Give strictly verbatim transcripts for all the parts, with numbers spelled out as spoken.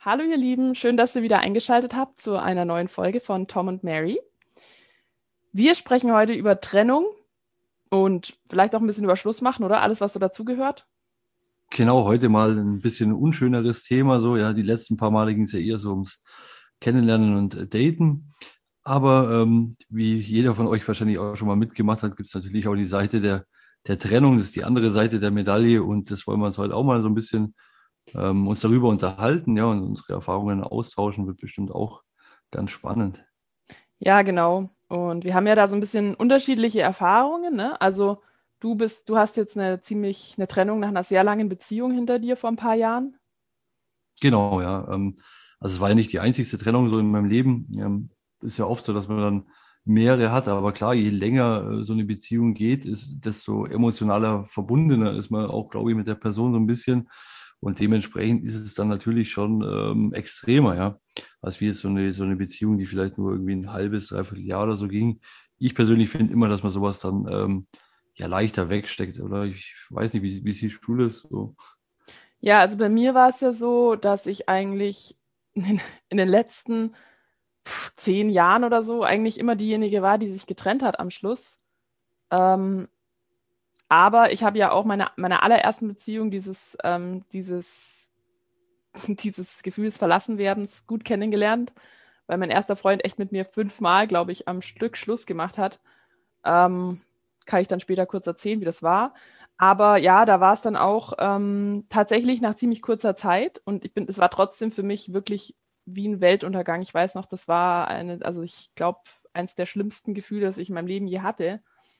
Hallo ihr Lieben, schön, dass ihr wieder eingeschaltet habt zu einer neuen Folge von Tom und Mary. Wir sprechen heute über Trennung und vielleicht auch ein bisschen über Schluss machen, oder? Alles, was so dazugehört. Genau, heute mal ein bisschen unschöneres Thema. So, ja, die letzten paar Male ging es ja eher so ums Kennenlernen und äh, Daten. Aber ähm, wie jeder von euch wahrscheinlich auch schon mal mitgemacht hat, gibt es natürlich auch die Seite der, der Trennung. Das ist die andere Seite der Medaille und das wollen wir uns heute auch mal so ein bisschen ähm, uns darüber unterhalten, ja, und unsere Erfahrungen austauschen, wird bestimmt auch ganz spannend. Ja, genau. Und wir haben ja da so ein bisschen unterschiedliche Erfahrungen, ne? Also du bist, du hast jetzt eine ziemlich eine Trennung nach einer sehr langen Beziehung hinter dir vor ein paar Jahren. Genau, ja. Ähm, also es war ja nicht die einzigste Trennung so in meinem Leben. Ähm, ist ja oft so, dass man dann mehrere hat, aber klar, je länger äh, so eine Beziehung geht, ist, desto emotionaler verbundener ist man auch, glaube ich, mit der Person so ein bisschen. Und dementsprechend ist es dann natürlich schon ähm, extremer, ja, als wie jetzt so eine, so eine Beziehung, die vielleicht nur irgendwie ein halbes, dreiviertel Jahr oder so ging. Ich persönlich finde immer, dass man sowas dann ähm, ja leichter wegsteckt, oder ich weiß nicht, wie, wie siehst du das so? Ja, also bei mir war es ja so, dass ich eigentlich in, in den letzten pff, zehn Jahren oder so eigentlich immer diejenige war, die sich getrennt hat am Schluss. Ähm, Aber ich habe ja auch meine, meine allerersten Beziehung dieses, ähm, dieses, dieses Gefühls Verlassenwerdens gut kennengelernt, weil mein erster Freund echt mit mir fünfmal, glaube ich, am Stück Schluss gemacht hat. Ähm, Kann ich dann später kurz erzählen, wie das war. Aber ja, da war es dann auch ähm, tatsächlich nach ziemlich kurzer Zeit und ich bin, es war trotzdem für mich wirklich wie ein Weltuntergang. Ich weiß noch, das war eine, also ich glaube, eins der schlimmsten Gefühle, das ich in meinem Leben je hatte.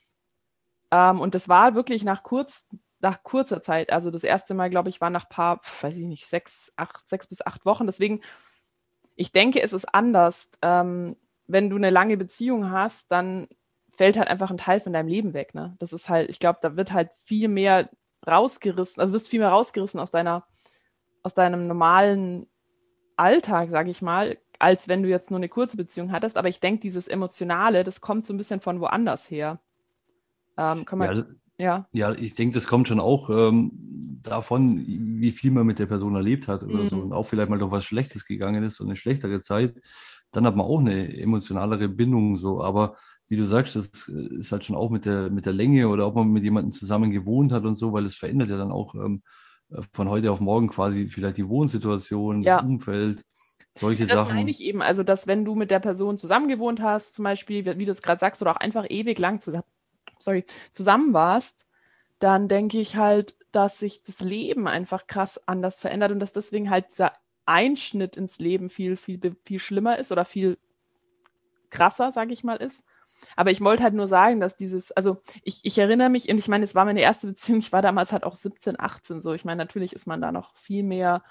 Ähm, und das war wirklich nach kurz, nach kurzer Zeit. Also das erste Mal, glaube ich, war nach paar, weiß ich nicht, sechs, acht, sechs bis acht Wochen. Deswegen, ich denke, es ist anders. Ähm, wenn du eine lange Beziehung hast, dann fällt halt einfach ein Teil von deinem Leben weg. Ne? Das ist halt, ich glaube, da wird halt viel mehr rausgerissen, also wirst viel mehr rausgerissen aus deiner, aus deinem normalen Alltag, sage ich mal, als wenn du jetzt nur eine kurze Beziehung hattest. Aber ich denke, dieses Emotionale, das kommt so ein bisschen von woanders her. Ähm, kann man, Ja, ja. Ja, ich denke, das kommt schon auch ähm, davon, wie viel man mit der Person erlebt hat oder so. Und Mm, auch vielleicht mal durch was Schlechtes gegangen ist, so eine schlechtere Zeit. Dann hat man auch eine emotionalere Bindung so. Aber wie du sagst, das ist halt schon auch mit der, mit der Länge oder ob man mit jemandem zusammen gewohnt hat und so, weil es verändert ja dann auch ähm, von heute auf morgen quasi vielleicht die Wohnsituation, das ja. Umfeld, Ja, solche das meine Sachen. ich eben. Also, dass wenn du mit der Person zusammengewohnt hast, zum Beispiel, wie wie du es gerade sagst, oder auch einfach ewig lang zusammen, sorry, zusammen warst, dann denke ich halt, dass sich das Leben einfach krass anders verändert und dass deswegen halt dieser Einschnitt ins Leben viel, viel, be- viel schlimmer ist oder viel krasser, sage ich mal, ist. Aber ich wollte halt nur sagen, dass dieses, also ich, ich erinnere mich, und ich meine, es war meine erste Beziehung, ich war damals halt auch siebzehn, achtzehn so. Ich meine, natürlich ist man da noch viel mehr,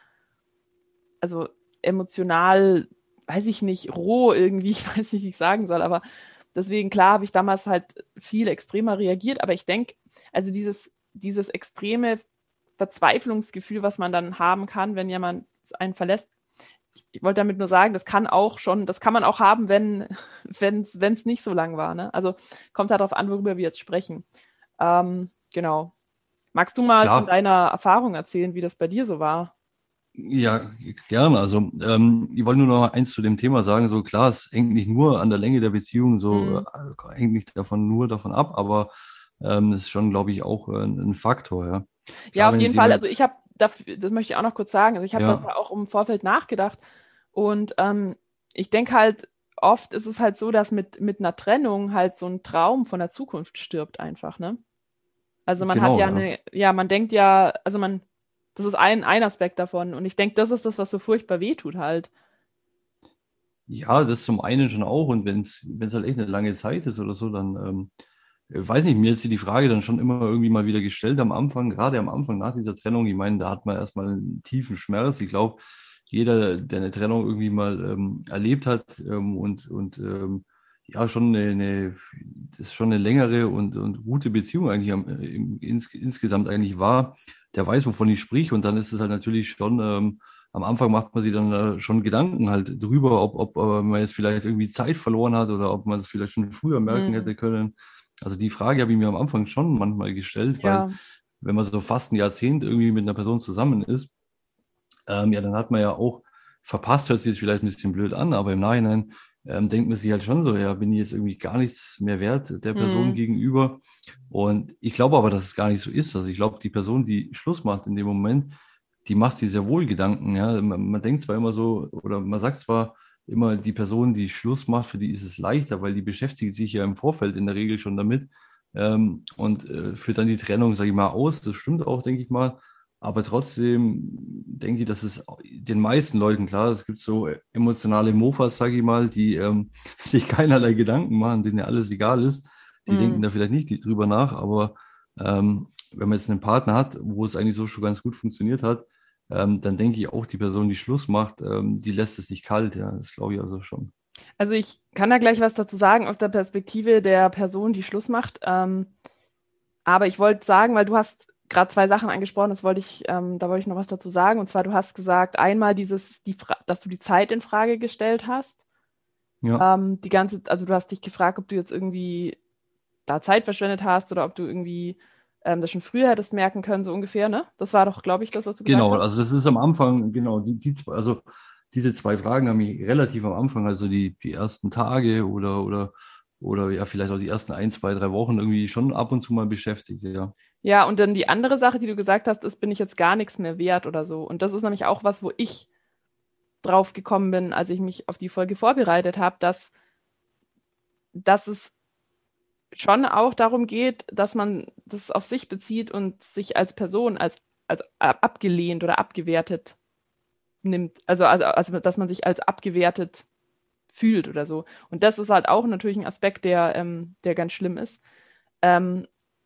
also emotional, weiß ich nicht, roh irgendwie, ich weiß nicht, wie ich sagen soll, aber deswegen, klar, habe ich damals halt viel extremer reagiert, aber ich denke, also dieses, dieses extreme Verzweiflungsgefühl, was man dann haben kann, wenn jemand einen verlässt, ich wollte damit nur sagen, das kann auch schon, das kann man auch haben, wenn wenn wenn es nicht so lang war. Ne? Also kommt halt darauf an, worüber wir jetzt sprechen. Ähm, genau. Magst du mal von Klar, deiner Erfahrung erzählen, wie das bei dir so war? ja, gerne. Also, ähm, ich wollte nur noch eins zu dem Thema sagen. So klar, es hängt nicht nur an der Länge der Beziehung, so Mm. äh, hängt nicht davon nur davon ab, aber ähm, das ist schon, glaube ich, auch äh, ein Faktor, ja. Ja, Klar, auf wenn jeden jetzt Fall. Also jemand, ich habe, dafür, das möchte ich auch noch kurz sagen, also ich habe ja, darüber auch im Vorfeld nachgedacht und ähm, ich denke halt, oft ist es halt so, dass mit, mit einer Trennung halt so ein Traum von der Zukunft stirbt einfach, ne? Also man hat genau, ja ja. eine, ja, man denkt ja, also man, das ist ein, ein Aspekt davon und ich denke, das ist das, was so furchtbar wehtut halt. Ja, das zum einen schon auch. Und wenn es, wenn es halt echt eine lange Zeit ist oder so, dann ähm, äh, weiß nicht, mir ist die Frage dann schon immer irgendwie mal wieder gestellt am Anfang, gerade am Anfang nach dieser Trennung. Ich meine, da hat man erstmal einen tiefen Schmerz. Ich glaube, jeder, der eine Trennung irgendwie mal ähm, erlebt hat ähm, und, und ähm, ja, schon eine, eine, das ist schon eine längere und, und gute Beziehung eigentlich am, äh, im, ins, insgesamt eigentlich war, der weiß, wovon ich sprich. Und dann ist es halt natürlich schon, ähm, am Anfang macht man sich dann äh, schon Gedanken halt drüber, ob, ob äh, man jetzt vielleicht irgendwie Zeit verloren hat oder ob man es vielleicht schon früher merken Hm, hätte können. Also die Frage habe ich mir am Anfang schon manchmal gestellt, weil ja, wenn man so fast ein Jahrzehnt irgendwie mit einer Person zusammen ist, ähm, ja, dann hat man ja auch verpasst hört sich jetzt vielleicht ein bisschen blöd an, aber im Nachhinein ähm, denkt man sich halt schon so, ja, bin ich jetzt irgendwie gar nichts mehr wert der Person Mhm. gegenüber. Und ich glaube aber, dass es gar nicht so ist. Also ich glaube, die Person, die Schluss macht in dem Moment, die macht sich sehr wohl Gedanken. Ja, man, man denkt zwar immer so, oder man sagt zwar immer, die Person, die Schluss macht, für die ist es leichter, weil die beschäftigt sich ja im Vorfeld in der Regel schon damit ähm, und äh, führt dann die Trennung, sage ich mal, aus. Das stimmt auch, denke ich mal. Aber trotzdem denke ich, dass es den meisten Leuten klar, es gibt so emotionale Mofas, sage ich mal, die ähm, sich keinerlei Gedanken machen, denen ja alles egal ist. Die denken Mhm. da vielleicht nicht drüber nach, aber ähm, wenn man jetzt einen Partner hat, wo es eigentlich so schon ganz gut funktioniert hat, ähm, dann denke ich auch, die Person, die Schluss macht, ähm, die lässt es nicht kalt. Ja, das glaube ich also schon. Also ich kann da gleich was dazu sagen aus der Perspektive der Person, die Schluss macht. Ähm, aber ich wollte sagen, weil du hast gerade zwei Sachen angesprochen, das wollte ich, ähm, da wollte ich noch was dazu sagen. Und zwar, du hast gesagt, einmal dieses, die Fra dass du die Zeit in Frage gestellt hast. Ja, Ähm, die ganze, also du hast dich gefragt, ob du jetzt irgendwie da Zeit verschwendet hast oder ob du irgendwie ähm, das schon früher hättest merken können, so ungefähr, ne? Das war doch, glaube ich, das, was du gesagt genau. hast. Also das ist am Anfang, genau, die, die zwei, also diese zwei Fragen haben mich relativ am Anfang, also die, die ersten Tage oder, oder, oder ja, vielleicht auch die ersten ein, zwei, drei Wochen irgendwie schon ab und zu mal beschäftigt, ja. Ja, und dann die andere Sache, die du gesagt hast, ist, bin ich jetzt gar nichts mehr wert oder so. Und das ist nämlich auch was, wo ich drauf gekommen bin, als ich mich auf die Folge vorbereitet habe, dass, dass es schon auch darum geht, dass man das auf sich bezieht und sich als Person als, als abgelehnt oder abgewertet nimmt. Also, also, also, dass man sich als abgewertet fühlt oder so. Und das ist halt auch natürlich ein Aspekt, der, ähm, der ganz schlimm ist. Ähm,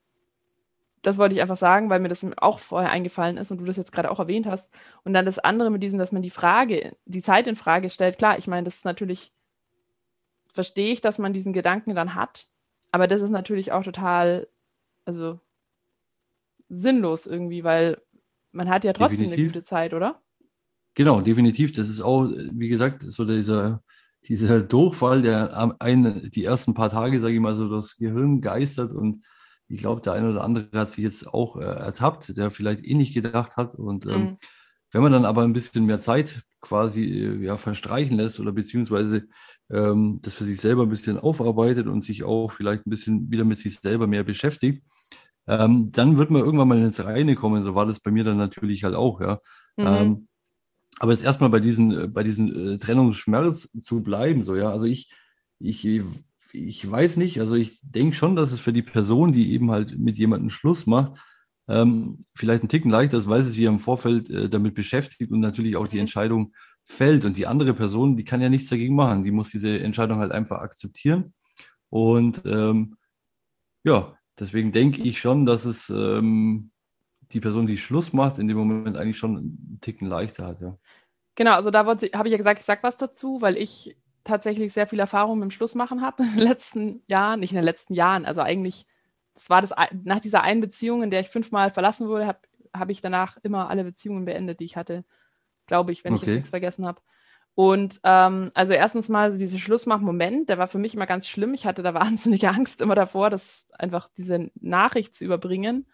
Das wollte ich einfach sagen, weil mir das auch vorher eingefallen ist und du das jetzt gerade auch erwähnt hast. Und dann das andere mit diesem, dass man die Frage, die Zeit in Frage stellt. Klar, ich meine, das ist natürlich, verstehe ich, dass man diesen Gedanken dann hat, aber das ist natürlich auch total, also sinnlos irgendwie, weil man hat ja trotzdem eine Definitiv. gute Zeit, oder? Genau, definitiv. Das ist auch, wie gesagt, so dieser, dieser Durchfall, der am einen, die ersten paar Tage, sage ich mal, so das Gehirn geistert und ich glaube, der eine oder andere hat sich jetzt auch äh, ertappt, der vielleicht eh nicht gedacht hat. Und ähm, Mhm. wenn man dann aber ein bisschen mehr Zeit quasi äh, ja, verstreichen lässt oder beziehungsweise ähm, das für sich selber ein bisschen aufarbeitet und sich auch vielleicht ein bisschen wieder mit sich selber mehr beschäftigt, ähm, dann wird man irgendwann mal ins Reine kommen. So war das bei mir dann natürlich halt auch, ja. Mhm. Ähm, aber jetzt erstmal bei diesen, äh, bei diesen äh, Trennungsschmerz zu bleiben, so, ja. Also ich, ich, ich weiß nicht, also ich denke schon, dass es für die Person, die eben halt mit jemandem Schluss macht, ähm, vielleicht ein Ticken leichter ist, weil sie sich ja im Vorfeld äh, damit beschäftigt und natürlich auch die Mhm. Entscheidung fällt. Und die andere Person, die kann ja nichts dagegen machen. Die muss diese Entscheidung halt einfach akzeptieren. Und ähm, ja, deswegen denke ich schon, dass es ähm, die Person, die Schluss macht, in dem Moment eigentlich schon einen Ticken leichter hat, ja. Genau, also da wollte- habe ich ja gesagt, ich sag was dazu, weil ich tatsächlich sehr viel Erfahrung mit dem Schlussmachen habe in den letzten Jahren, nicht in den letzten Jahren, also eigentlich, das war das ein- nach dieser einen Beziehung, in der ich fünfmal verlassen wurde, habe hab ich danach immer alle Beziehungen beendet, die ich hatte, glaube ich, wenn ich jetzt Okay. nichts vergessen habe. Und ähm, also erstens mal so dieser Schlussmach-Moment, der war für mich immer ganz schlimm. Ich hatte da wahnsinnige Angst immer davor, das einfach diese Nachricht zu überbringen.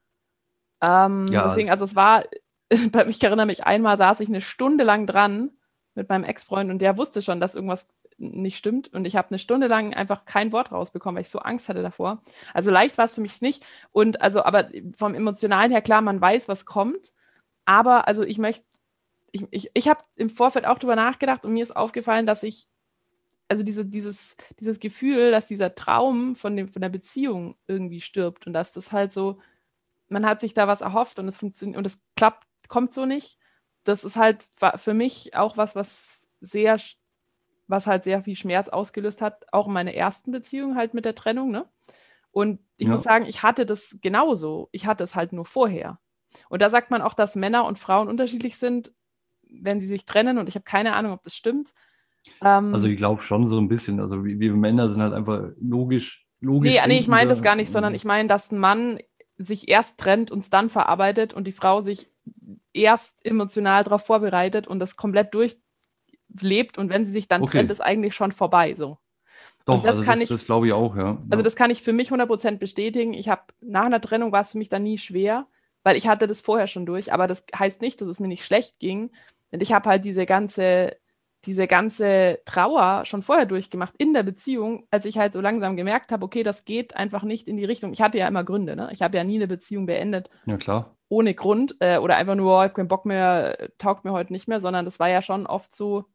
Ähm, Ja, deswegen, also es war, ich erinnere mich, einmal saß ich eine Stunde lang dran mit meinem Ex-Freund und der wusste schon, dass irgendwas nicht stimmt. Und ich habe eine Stunde lang einfach kein Wort rausbekommen, weil ich so Angst hatte davor. Also leicht war es für mich nicht. Und also, aber vom Emotionalen her, klar, man weiß, was kommt. Aber also ich möchte, ich, ich, ich habe im Vorfeld auch drüber nachgedacht und mir ist aufgefallen, dass ich, also diese, dieses, dieses Gefühl, dass dieser Traum von dem, von der Beziehung irgendwie stirbt und dass das halt so, man hat sich da was erhofft und es funktioniert und es klappt, kommt so nicht. Das ist halt für mich auch was, was sehr, was halt sehr viel Schmerz ausgelöst hat, auch in meiner ersten Beziehung halt mit der Trennung, ne? Und ich muss ja. sagen, ich hatte das genauso. Ich hatte es halt nur vorher. Und da sagt man auch, dass Männer und Frauen unterschiedlich sind, wenn sie sich trennen. Und ich habe keine Ahnung, ob das stimmt. Also Ähm, ich glaube schon so ein bisschen. Also wir, wir Männer sind halt einfach logisch, nee, logisch nee, ich meine das denkender. gar nicht, sondern ich meine, dass ein Mann sich erst trennt und es dann verarbeitet und die Frau sich erst emotional darauf vorbereitet und das komplett durchlebt und wenn sie sich dann trennt, Okay, ist eigentlich schon vorbei so. Und doch, das also kann das, ich, das glaube ich auch, ja. also Ja. das kann ich für mich hundert Prozent bestätigen. Ich habe nach einer Trennung war es für mich dann nie schwer, weil ich hatte das vorher schon durch, aber das heißt nicht, dass es mir nicht schlecht ging. Und ich habe halt diese ganze, diese ganze Trauer schon vorher durchgemacht in der Beziehung, als ich halt so langsam gemerkt habe, okay, das geht einfach nicht in die Richtung. Ich hatte ja immer Gründe, ne? Ich habe ja nie eine Beziehung beendet Ja, klar. ohne Grund äh, oder einfach nur, oh, ich hab keinen Bock mehr, äh, taugt mir heute nicht mehr, sondern das war ja schon oft so.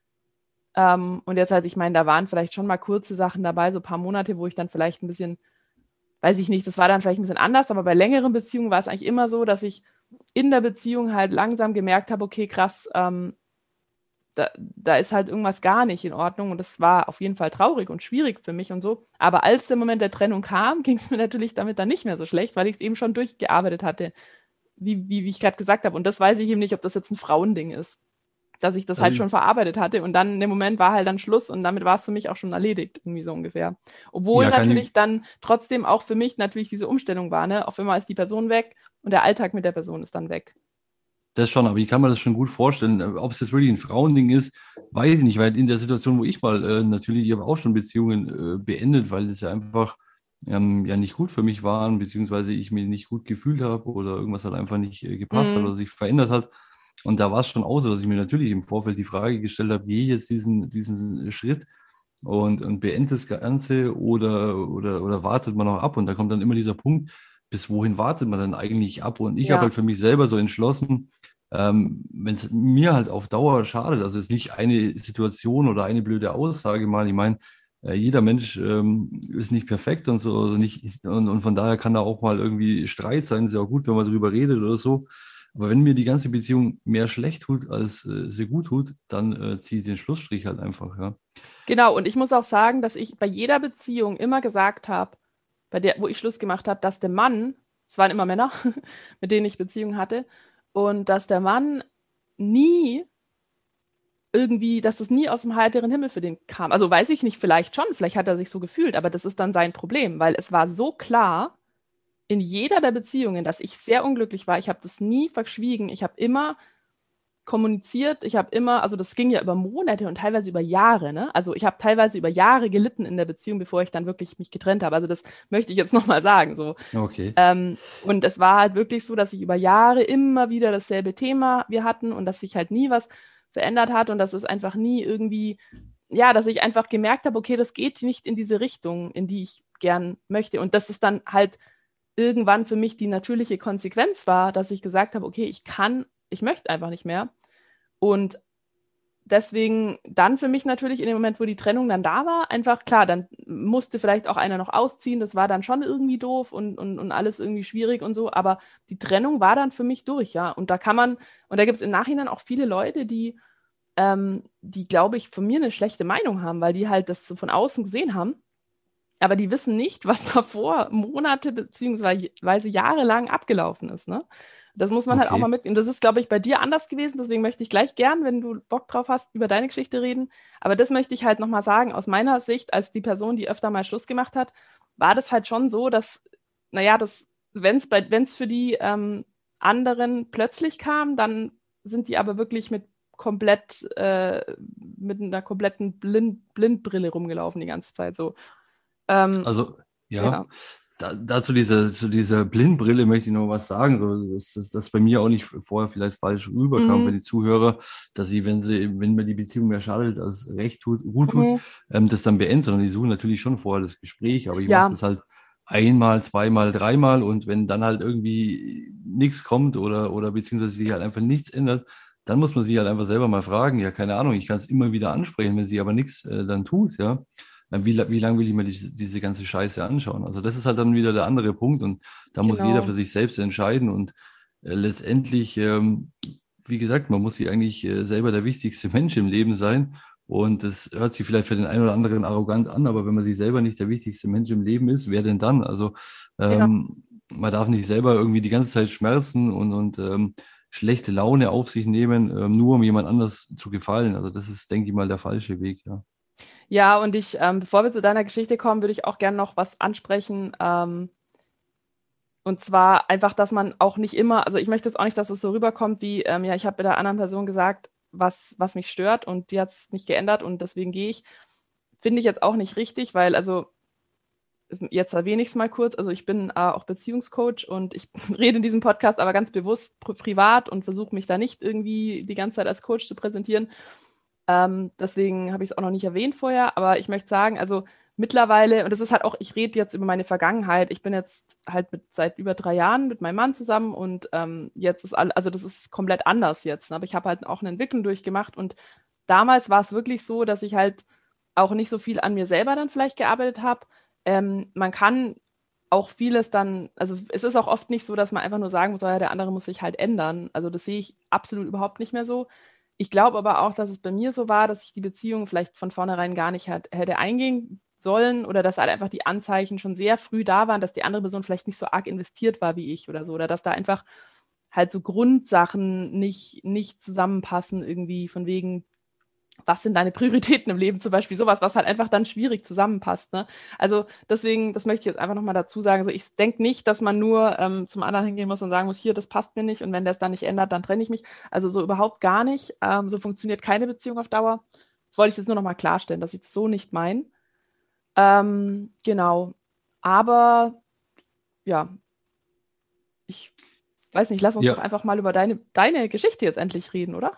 Ähm, und jetzt halt, ich meine, da waren vielleicht schon mal kurze Sachen dabei, so ein paar Monate, wo ich dann vielleicht ein bisschen, weiß ich nicht, das war dann vielleicht ein bisschen anders, aber bei längeren Beziehungen war es eigentlich immer so, dass ich in der Beziehung halt langsam gemerkt habe, okay, krass, ähm, da, da ist halt irgendwas gar nicht in Ordnung und das war auf jeden Fall traurig und schwierig für mich und so. Aber als der Moment der Trennung kam, ging es mir natürlich damit dann nicht mehr so schlecht, weil ich es eben schon durchgearbeitet hatte, wie, wie, wie ich gerade gesagt habe. Und das weiß ich eben nicht, ob das jetzt ein Frauending ist, dass ich das Also halt schon verarbeitet hatte und dann in dem Moment war halt dann Schluss und damit war es für mich auch schon erledigt, irgendwie so ungefähr. Obwohl ja, kann natürlich ich, dann trotzdem auch für mich natürlich diese Umstellung war, ne? Auf einmal ist die Person weg und der Alltag mit der Person ist dann weg. das schon, aber ich kann mir das schon gut vorstellen. Ob es jetzt wirklich ein Frauending ist, weiß ich nicht, weil in der Situation, wo ich mal äh, natürlich, ich habe auch schon Beziehungen äh, beendet, weil das ja einfach ähm, ja nicht gut für mich waren, beziehungsweise ich mich nicht gut gefühlt habe oder irgendwas halt einfach nicht äh, gepasst hat Mhm. oder sich verändert hat. Und da war es schon auch so, dass ich mir natürlich im Vorfeld die Frage gestellt habe, gehe ich jetzt diesen, diesen Schritt und, und beende das Ganze oder, oder, oder wartet man noch ab? Und da kommt dann immer dieser Punkt, bis wohin wartet man dann eigentlich ab? Und ich habe Ja. halt für mich selber so entschlossen, ähm, wenn es mir halt auf Dauer schadet, also es ist nicht eine Situation oder eine blöde Aussage mal, ich meine, äh, jeder Mensch ähm, ist nicht perfekt und so, also nicht, und, und von daher kann da auch mal irgendwie Streit sein, ist ja auch gut, wenn man darüber redet oder so. Aber wenn mir die ganze Beziehung mehr schlecht tut, als äh, sie gut tut, dann äh, ziehe ich den Schlussstrich halt einfach, ja. Genau, und ich muss auch sagen, dass ich bei jeder Beziehung immer gesagt habe, bei der, wo ich Schluss gemacht habe, dass der Mann, es waren immer Männer, mit denen ich Beziehungen hatte, und dass der Mann nie irgendwie, dass das nie aus dem heiteren Himmel für den kam. Also weiß ich nicht, vielleicht schon, vielleicht hat er sich so gefühlt, aber das ist dann sein Problem, weil es war so klar in jeder der Beziehungen, dass ich sehr unglücklich war. Ich habe das nie verschwiegen. Ich habe immer kommuniziert. Ich habe immer, also das ging ja über Monate und teilweise über Jahre, ne? Also ich habe teilweise über Jahre gelitten in der Beziehung, bevor ich dann wirklich mich getrennt habe. Also das möchte ich jetzt nochmal sagen, so. Okay. Ähm, und es war halt wirklich so, dass ich über Jahre immer wieder dasselbe Thema wir hatten und dass sich halt nie was verändert hat und dass es einfach nie irgendwie, ja, dass ich einfach gemerkt habe, okay, das geht nicht in diese Richtung, in die ich gern möchte. Und das ist dann halt irgendwann für mich die natürliche Konsequenz war, dass ich gesagt habe, okay, ich kann, ich möchte einfach nicht mehr. Und deswegen dann für mich natürlich in dem Moment, wo die Trennung dann da war, einfach klar, dann musste vielleicht auch einer noch ausziehen. Das war dann schon irgendwie doof und, und, und alles irgendwie schwierig und so. Aber die Trennung war dann für mich durch, ja. Und da kann man, und da gibt es im Nachhinein auch viele Leute, die, ähm, die, glaube ich, von mir eine schlechte Meinung haben, weil die halt das so von außen gesehen haben. Aber die wissen nicht, was davor Monate beziehungsweise jahrelang abgelaufen ist, ne? Das muss man halt auch mal Okay. mitnehmen. Das ist, glaube ich, bei dir anders gewesen. Deswegen möchte ich gleich gern, wenn du Bock drauf hast, über deine Geschichte reden. Aber das möchte ich halt nochmal sagen. Aus meiner Sicht, als die Person, die öfter mal Schluss gemacht hat, war das halt schon so, dass, naja, das, wenn es bei, wenn es für die ähm, anderen plötzlich kam, dann sind die aber wirklich mit komplett, äh, mit einer kompletten Blind, Blindbrille rumgelaufen die ganze Zeit so. Ähm, Also, ja, ja. da, dazu dieser, zu dieser Blindbrille möchte ich noch was sagen, so, dass dass das bei mir auch nicht vorher vielleicht falsch rüberkam für Mhm. die Zuhörer, dass sie, wenn sie, wenn mir die Beziehung mehr schadet, als recht tut, gut tut, Mhm. ähm, das dann beenden, sondern die suchen natürlich schon vorher das Gespräch, aber ich mache Ja, das halt einmal, zweimal, dreimal und wenn dann halt irgendwie nichts kommt oder, oder beziehungsweise sich halt einfach nichts ändert, dann muss man sich halt einfach selber mal fragen, ja, keine Ahnung, ich kann es immer wieder ansprechen, wenn sie aber nichts äh, dann tut, ja. Na, Wie, la- wie lange will ich mir die, diese ganze Scheiße anschauen? Also das ist halt dann wieder der andere Punkt und da muss jeder für genau. sich selbst entscheiden und äh, letztendlich, ähm, wie gesagt, man muss sich eigentlich äh, selber der wichtigste Mensch im Leben sein und das hört sich vielleicht für den einen oder anderen arrogant an, aber wenn man sich selber nicht der wichtigste Mensch im Leben ist, wer denn dann? Also Ja, ähm, man darf nicht selber irgendwie die ganze Zeit schmerzen und, und ähm, schlechte Laune auf sich nehmen, ähm, nur um jemand anders zu gefallen. Also das ist, denke ich mal, der falsche Weg, ja. ja, und ich, ähm, bevor wir zu deiner Geschichte kommen, würde ich auch gerne noch was ansprechen. Ähm, und zwar einfach, dass man auch nicht immer, also ich möchte jetzt auch nicht, dass es so rüberkommt wie, ähm, ja, ich habe der anderen Person gesagt, was, was mich stört und die hat es nicht geändert und deswegen gehe ich. Finde ich jetzt auch nicht richtig, weil also jetzt erwähne ich es mal kurz, also ich bin äh, auch Beziehungscoach und ich rede in diesem Podcast aber ganz bewusst pri privat und versuche mich da nicht irgendwie die ganze Zeit als Coach zu präsentieren. Ähm, deswegen habe ich es auch noch nicht erwähnt vorher, aber ich möchte sagen, also mittlerweile, und das ist halt auch, ich rede jetzt über meine Vergangenheit, ich bin jetzt halt mit, seit über drei Jahren mit meinem Mann zusammen und ähm, jetzt ist all, also das ist komplett anders jetzt, ne? Aber ich habe halt auch eine Entwicklung durchgemacht und damals war es wirklich so, dass ich halt auch nicht so viel an mir selber dann vielleicht gearbeitet habe. Ähm, man kann auch vieles dann, also es ist auch oft nicht so, dass man einfach nur sagen muss, oh ja, der andere muss sich halt ändern. Also das sehe ich absolut überhaupt nicht mehr so. Ich glaube aber auch, dass es bei mir so war, dass ich die Beziehung vielleicht von vornherein gar nicht hat, hätte eingehen sollen oder dass halt einfach die Anzeichen schon sehr früh da waren, dass die andere Person vielleicht nicht so arg investiert war wie ich oder so. Oder dass da einfach halt so Grundsachen nicht, nicht zusammenpassen, irgendwie von wegen, was sind deine Prioritäten im Leben zum Beispiel, sowas, was halt einfach dann schwierig zusammenpasst. Ne? Also deswegen, das möchte ich jetzt einfach nochmal dazu sagen. So, ich denke nicht, dass man nur ähm, zum anderen hingehen muss und sagen muss, hier, das passt mir nicht und wenn der es dann nicht ändert, dann trenne ich mich. Also so überhaupt gar nicht. Ähm, so funktioniert keine Beziehung auf Dauer. Das wollte ich jetzt nur nochmal klarstellen, dass ich das so nicht meine. Ähm, genau. Aber ja, ich weiß nicht, lass uns doch Ja, einfach mal über deine, deine Geschichte jetzt endlich reden, oder?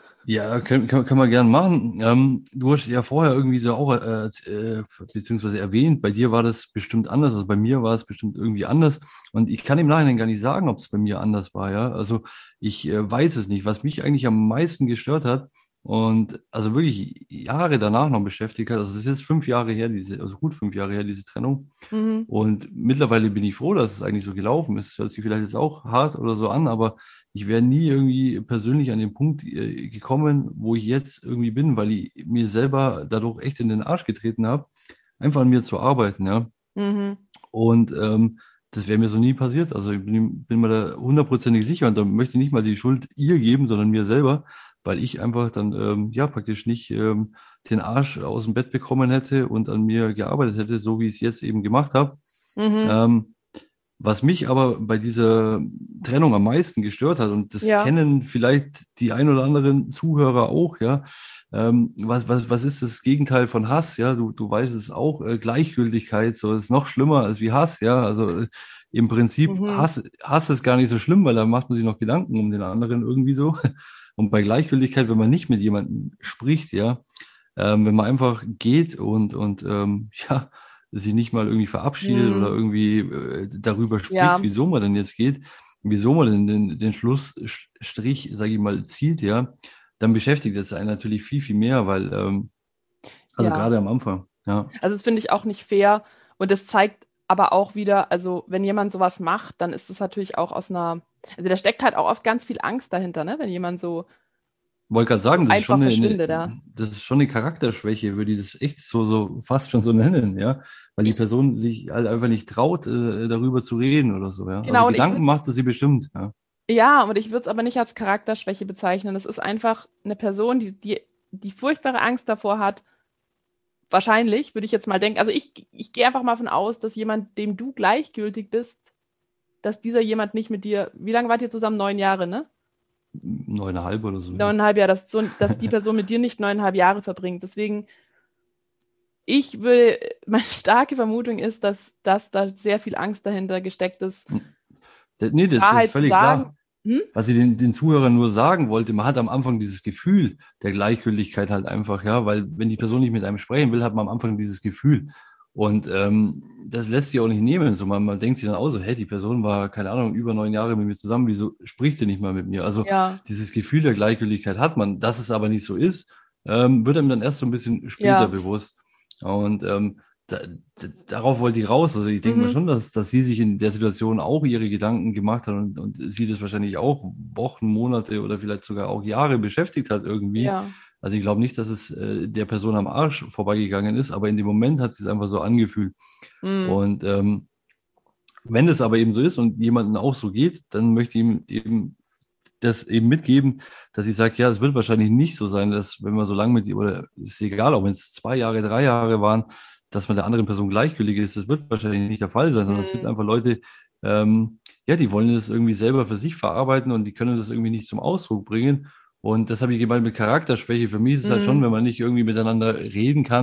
ja, können, können, können wir gerne machen. Ähm, du hast ja vorher irgendwie so auch, äh, äh, beziehungsweise erwähnt, bei dir war das bestimmt anders, also bei mir war es bestimmt irgendwie anders. Und ich kann im Nachhinein gar nicht sagen, ob es bei mir anders war, ja. Also ich äh, weiß es nicht. Was mich eigentlich am meisten gestört hat und also wirklich Jahre danach noch beschäftigt hat, also es ist jetzt fünf Jahre her, diese, also gut fünf Jahre her, diese Trennung. Mhm. Und mittlerweile bin ich froh, dass es eigentlich so gelaufen ist. Hört sich vielleicht jetzt auch hart oder so an, aber ich wäre nie irgendwie persönlich an den Punkt äh, gekommen, wo ich jetzt irgendwie bin, weil ich mir selber dadurch echt in den Arsch getreten habe, einfach an mir zu arbeiten, ja. Mhm. Und ähm, das wäre mir so nie passiert. Also ich bin, bin mir da hundertprozentig sicher und da möchte ich nicht mal die Schuld ihr geben, sondern mir selber, weil ich einfach dann ähm, ja praktisch nicht ähm, den Arsch aus dem Bett bekommen hätte und an mir gearbeitet hätte, so wie ich es jetzt eben gemacht habe. Mhm. Ähm, Was mich aber bei dieser Trennung am meisten gestört hat, und das Ja. kennen vielleicht die ein oder anderen Zuhörer auch, ja, ähm, was, was, was ist das Gegenteil von Hass, ja, du, du weißt es auch, äh, Gleichgültigkeit, so ist noch schlimmer als wie Hass, ja, also äh, im Prinzip Mhm. Hass, Hass ist gar nicht so schlimm, weil da macht man sich noch Gedanken um den anderen irgendwie so. Und bei Gleichgültigkeit, wenn man nicht mit jemandem spricht, ja, ähm, wenn man einfach geht und, und ähm, ja, sich nicht mal irgendwie verabschiedet oder Mhm. irgendwie äh, darüber spricht, Ja, wieso man denn jetzt geht, wieso man denn den, den Schlussstrich, sage ich mal, zieht, ja, dann beschäftigt es einen natürlich viel, viel mehr, weil, ähm, also ja. gerade am Anfang, ja. Also das finde ich auch nicht fair. Und das zeigt aber auch wieder, also wenn jemand sowas macht, dann ist es natürlich auch aus einer, also da steckt halt auch oft ganz viel Angst dahinter, ne? Wenn jemand so, Wollte gerade so sagen, das ist einfach schon eine, eine, verschwindet, ja. das ist schon eine Charakterschwäche, würde ich das echt so, so fast schon so nennen, ja, weil die Ich, Person sich halt einfach nicht traut, äh, darüber zu reden oder so, ja. Also genau, und ich Gedanken würde, macht sie sich bestimmt, ja. ja, und ich würde es aber nicht als Charakterschwäche bezeichnen. Es ist einfach eine Person, die, die, die furchtbare Angst davor hat, wahrscheinlich, würde ich jetzt mal denken. Also ich, ich gehe einfach mal von aus, dass jemand, dem du gleichgültig bist, dass dieser jemand nicht mit dir, wie lange wart ihr zusammen? Neun Jahre, ne? Neuneinhalb oder so, ja. Neuneinhalb Jahre, dass, so, dass die Person mit dir nicht neuneinhalb Jahre verbringt. Deswegen, ich würde, meine starke Vermutung ist, dass, dass da sehr viel Angst dahinter gesteckt ist, Hm. Das, nee, die das, das ist Wahrheit zu völlig sagen. klar. Hm? Was ich den, den Zuhörern nur sagen wollte, man hat am Anfang dieses Gefühl der Gleichgültigkeit halt einfach, ja, weil wenn die Person nicht mit einem sprechen will, hat man am Anfang dieses Gefühl. Und ähm, das lässt sich auch nicht nehmen. So, man, man denkt sich dann auch so, hä, die Person war, keine Ahnung, über neun Jahre mit mir zusammen, wieso spricht sie nicht mal mit mir? Also Ja, dieses Gefühl der Gleichgültigkeit hat man, dass es aber nicht so ist, ähm, wird einem dann erst so ein bisschen später ja. bewusst. Und ähm, da, da, darauf wollte ich raus. Also ich denke mal Mhm. schon, dass, dass sie sich in der Situation auch ihre Gedanken gemacht hat und, und sie das wahrscheinlich auch Wochen, Monate oder vielleicht sogar auch Jahre beschäftigt hat irgendwie. Ja. Also ich glaube nicht, dass es äh, der Person am Arsch vorbeigegangen ist, aber in dem Moment hat es sich einfach so angefühlt. Mhm. Und ähm, wenn es aber eben so ist und jemanden auch so geht, dann möchte ich ihm eben das eben mitgeben, dass ich sage, ja, es wird wahrscheinlich nicht so sein, dass wenn man so lange mit ihr, oder ist egal, ob es zwei Jahre, drei Jahre waren, dass man der anderen Person gleichgültig ist. Das wird wahrscheinlich nicht der Fall sein, sondern es gibt Mhm. einfach Leute, ähm, ja, die wollen das irgendwie selber für sich verarbeiten und die können das irgendwie nicht zum Ausdruck bringen. Und das habe ich gemeint mit Charakterschwäche. Für mich ist es halt schon, Mhm. wenn man nicht irgendwie miteinander reden kann,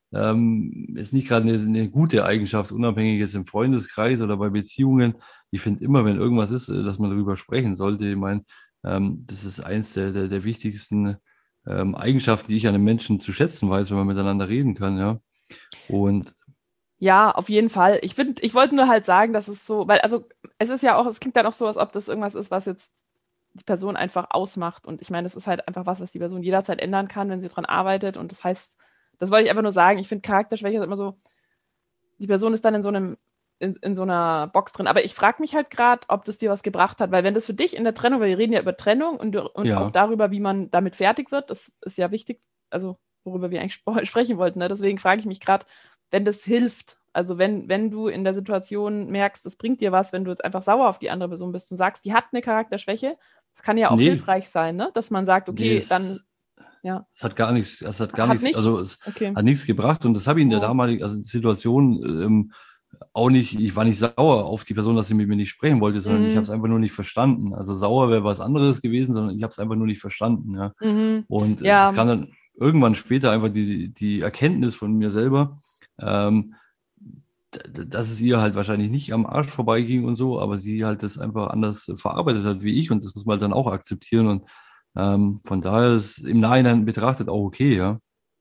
ähm, ist nicht gerade eine, eine gute Eigenschaft, unabhängig jetzt im Freundeskreis oder bei Beziehungen. Ich finde immer, wenn irgendwas ist, äh, dass man darüber sprechen sollte. Ich meine, ähm, das ist eins der, der, der wichtigsten ähm, Eigenschaften, die ich an einem Menschen zu schätzen weiß, wenn man miteinander reden kann, ja. Und Ja, auf jeden Fall. Ich finde, ich wollte nur halt sagen, dass es so, weil, also, es ist ja auch, es klingt dann auch so, als ob das irgendwas ist, was jetzt die Person einfach ausmacht. Und ich meine, das ist halt einfach was, was die Person jederzeit ändern kann, wenn sie dran arbeitet. Und das heißt, das wollte ich einfach nur sagen. Ich finde, Charakterschwäche ist immer so, die Person ist dann in so einem, in, in so einer Box drin. Aber ich frage mich halt gerade, ob das dir was gebracht hat, weil wenn das für dich in der Trennung, weil wir reden ja über Trennung und, und auch ja, darüber, wie man damit fertig wird, das ist ja wichtig, also worüber wir eigentlich spro- sprechen wollten. Ne? Deswegen frage ich mich gerade, wenn das hilft, also wenn, wenn du in der Situation merkst, es bringt dir was, wenn du jetzt einfach sauer auf die andere Person bist und sagst, die hat eine Charakterschwäche, das kann ja auch nee, hilfreich sein, ne? Dass man sagt, nee, okay, dann, es, ja, es hat gar nichts, es hat gar hat nichts, nicht, also es okay, hat nichts gebracht und das habe ich in der ja, damaligen, also Situation ähm, auch nicht, ich war nicht sauer auf die Person, dass sie mit mir nicht sprechen wollte, sondern ich habe mhm. es einfach nur nicht verstanden. Also sauer wäre was anderes gewesen, sondern ich habe es einfach nur nicht verstanden, ja. Mhm. Und äh, das Ja, kam dann irgendwann später einfach die, die Erkenntnis von mir selber, ähm, d- dass es ihr halt wahrscheinlich nicht am Arsch vorbeiging und so, aber sie halt das einfach anders verarbeitet hat wie ich und das muss man halt dann auch akzeptieren und ähm, von daher ist im Nachhinein betrachtet auch okay, ja.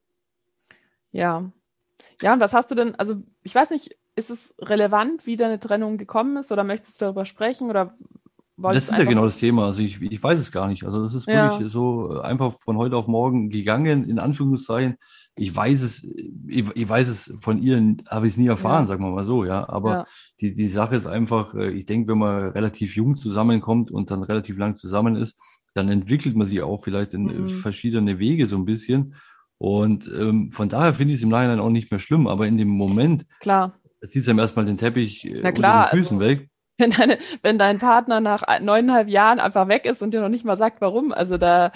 ja. Ja, und was hast du denn, also ich weiß nicht, ist es relevant, wie deine Trennung gekommen ist oder möchtest du darüber sprechen oder Das wolltest du ist ja einfach, genau das Thema. Also ich, ich weiß es gar nicht. Also das ist wirklich ja, so äh, einfach von heute auf morgen gegangen, in Anführungszeichen. Ich weiß es, ich, ich weiß es von ihr, habe ich es nie erfahren, ja, sagen wir mal so, ja. Aber ja, die, die Sache ist einfach, äh, ich denke, wenn man relativ jung zusammenkommt und dann relativ lang zusammen ist, dann entwickelt man sich auch vielleicht in äh, mhm. verschiedene Wege so ein bisschen. Und ähm, von daher finde ich es im Nachhinein auch nicht mehr schlimm. Aber in dem Moment, Klar, da ziehst du ihm erstmal den Teppich äh, na unter den klar, Füßen also weg. wenn deine, wenn dein Partner nach neuneinhalb Jahren einfach weg ist und dir noch nicht mal sagt, warum, also da,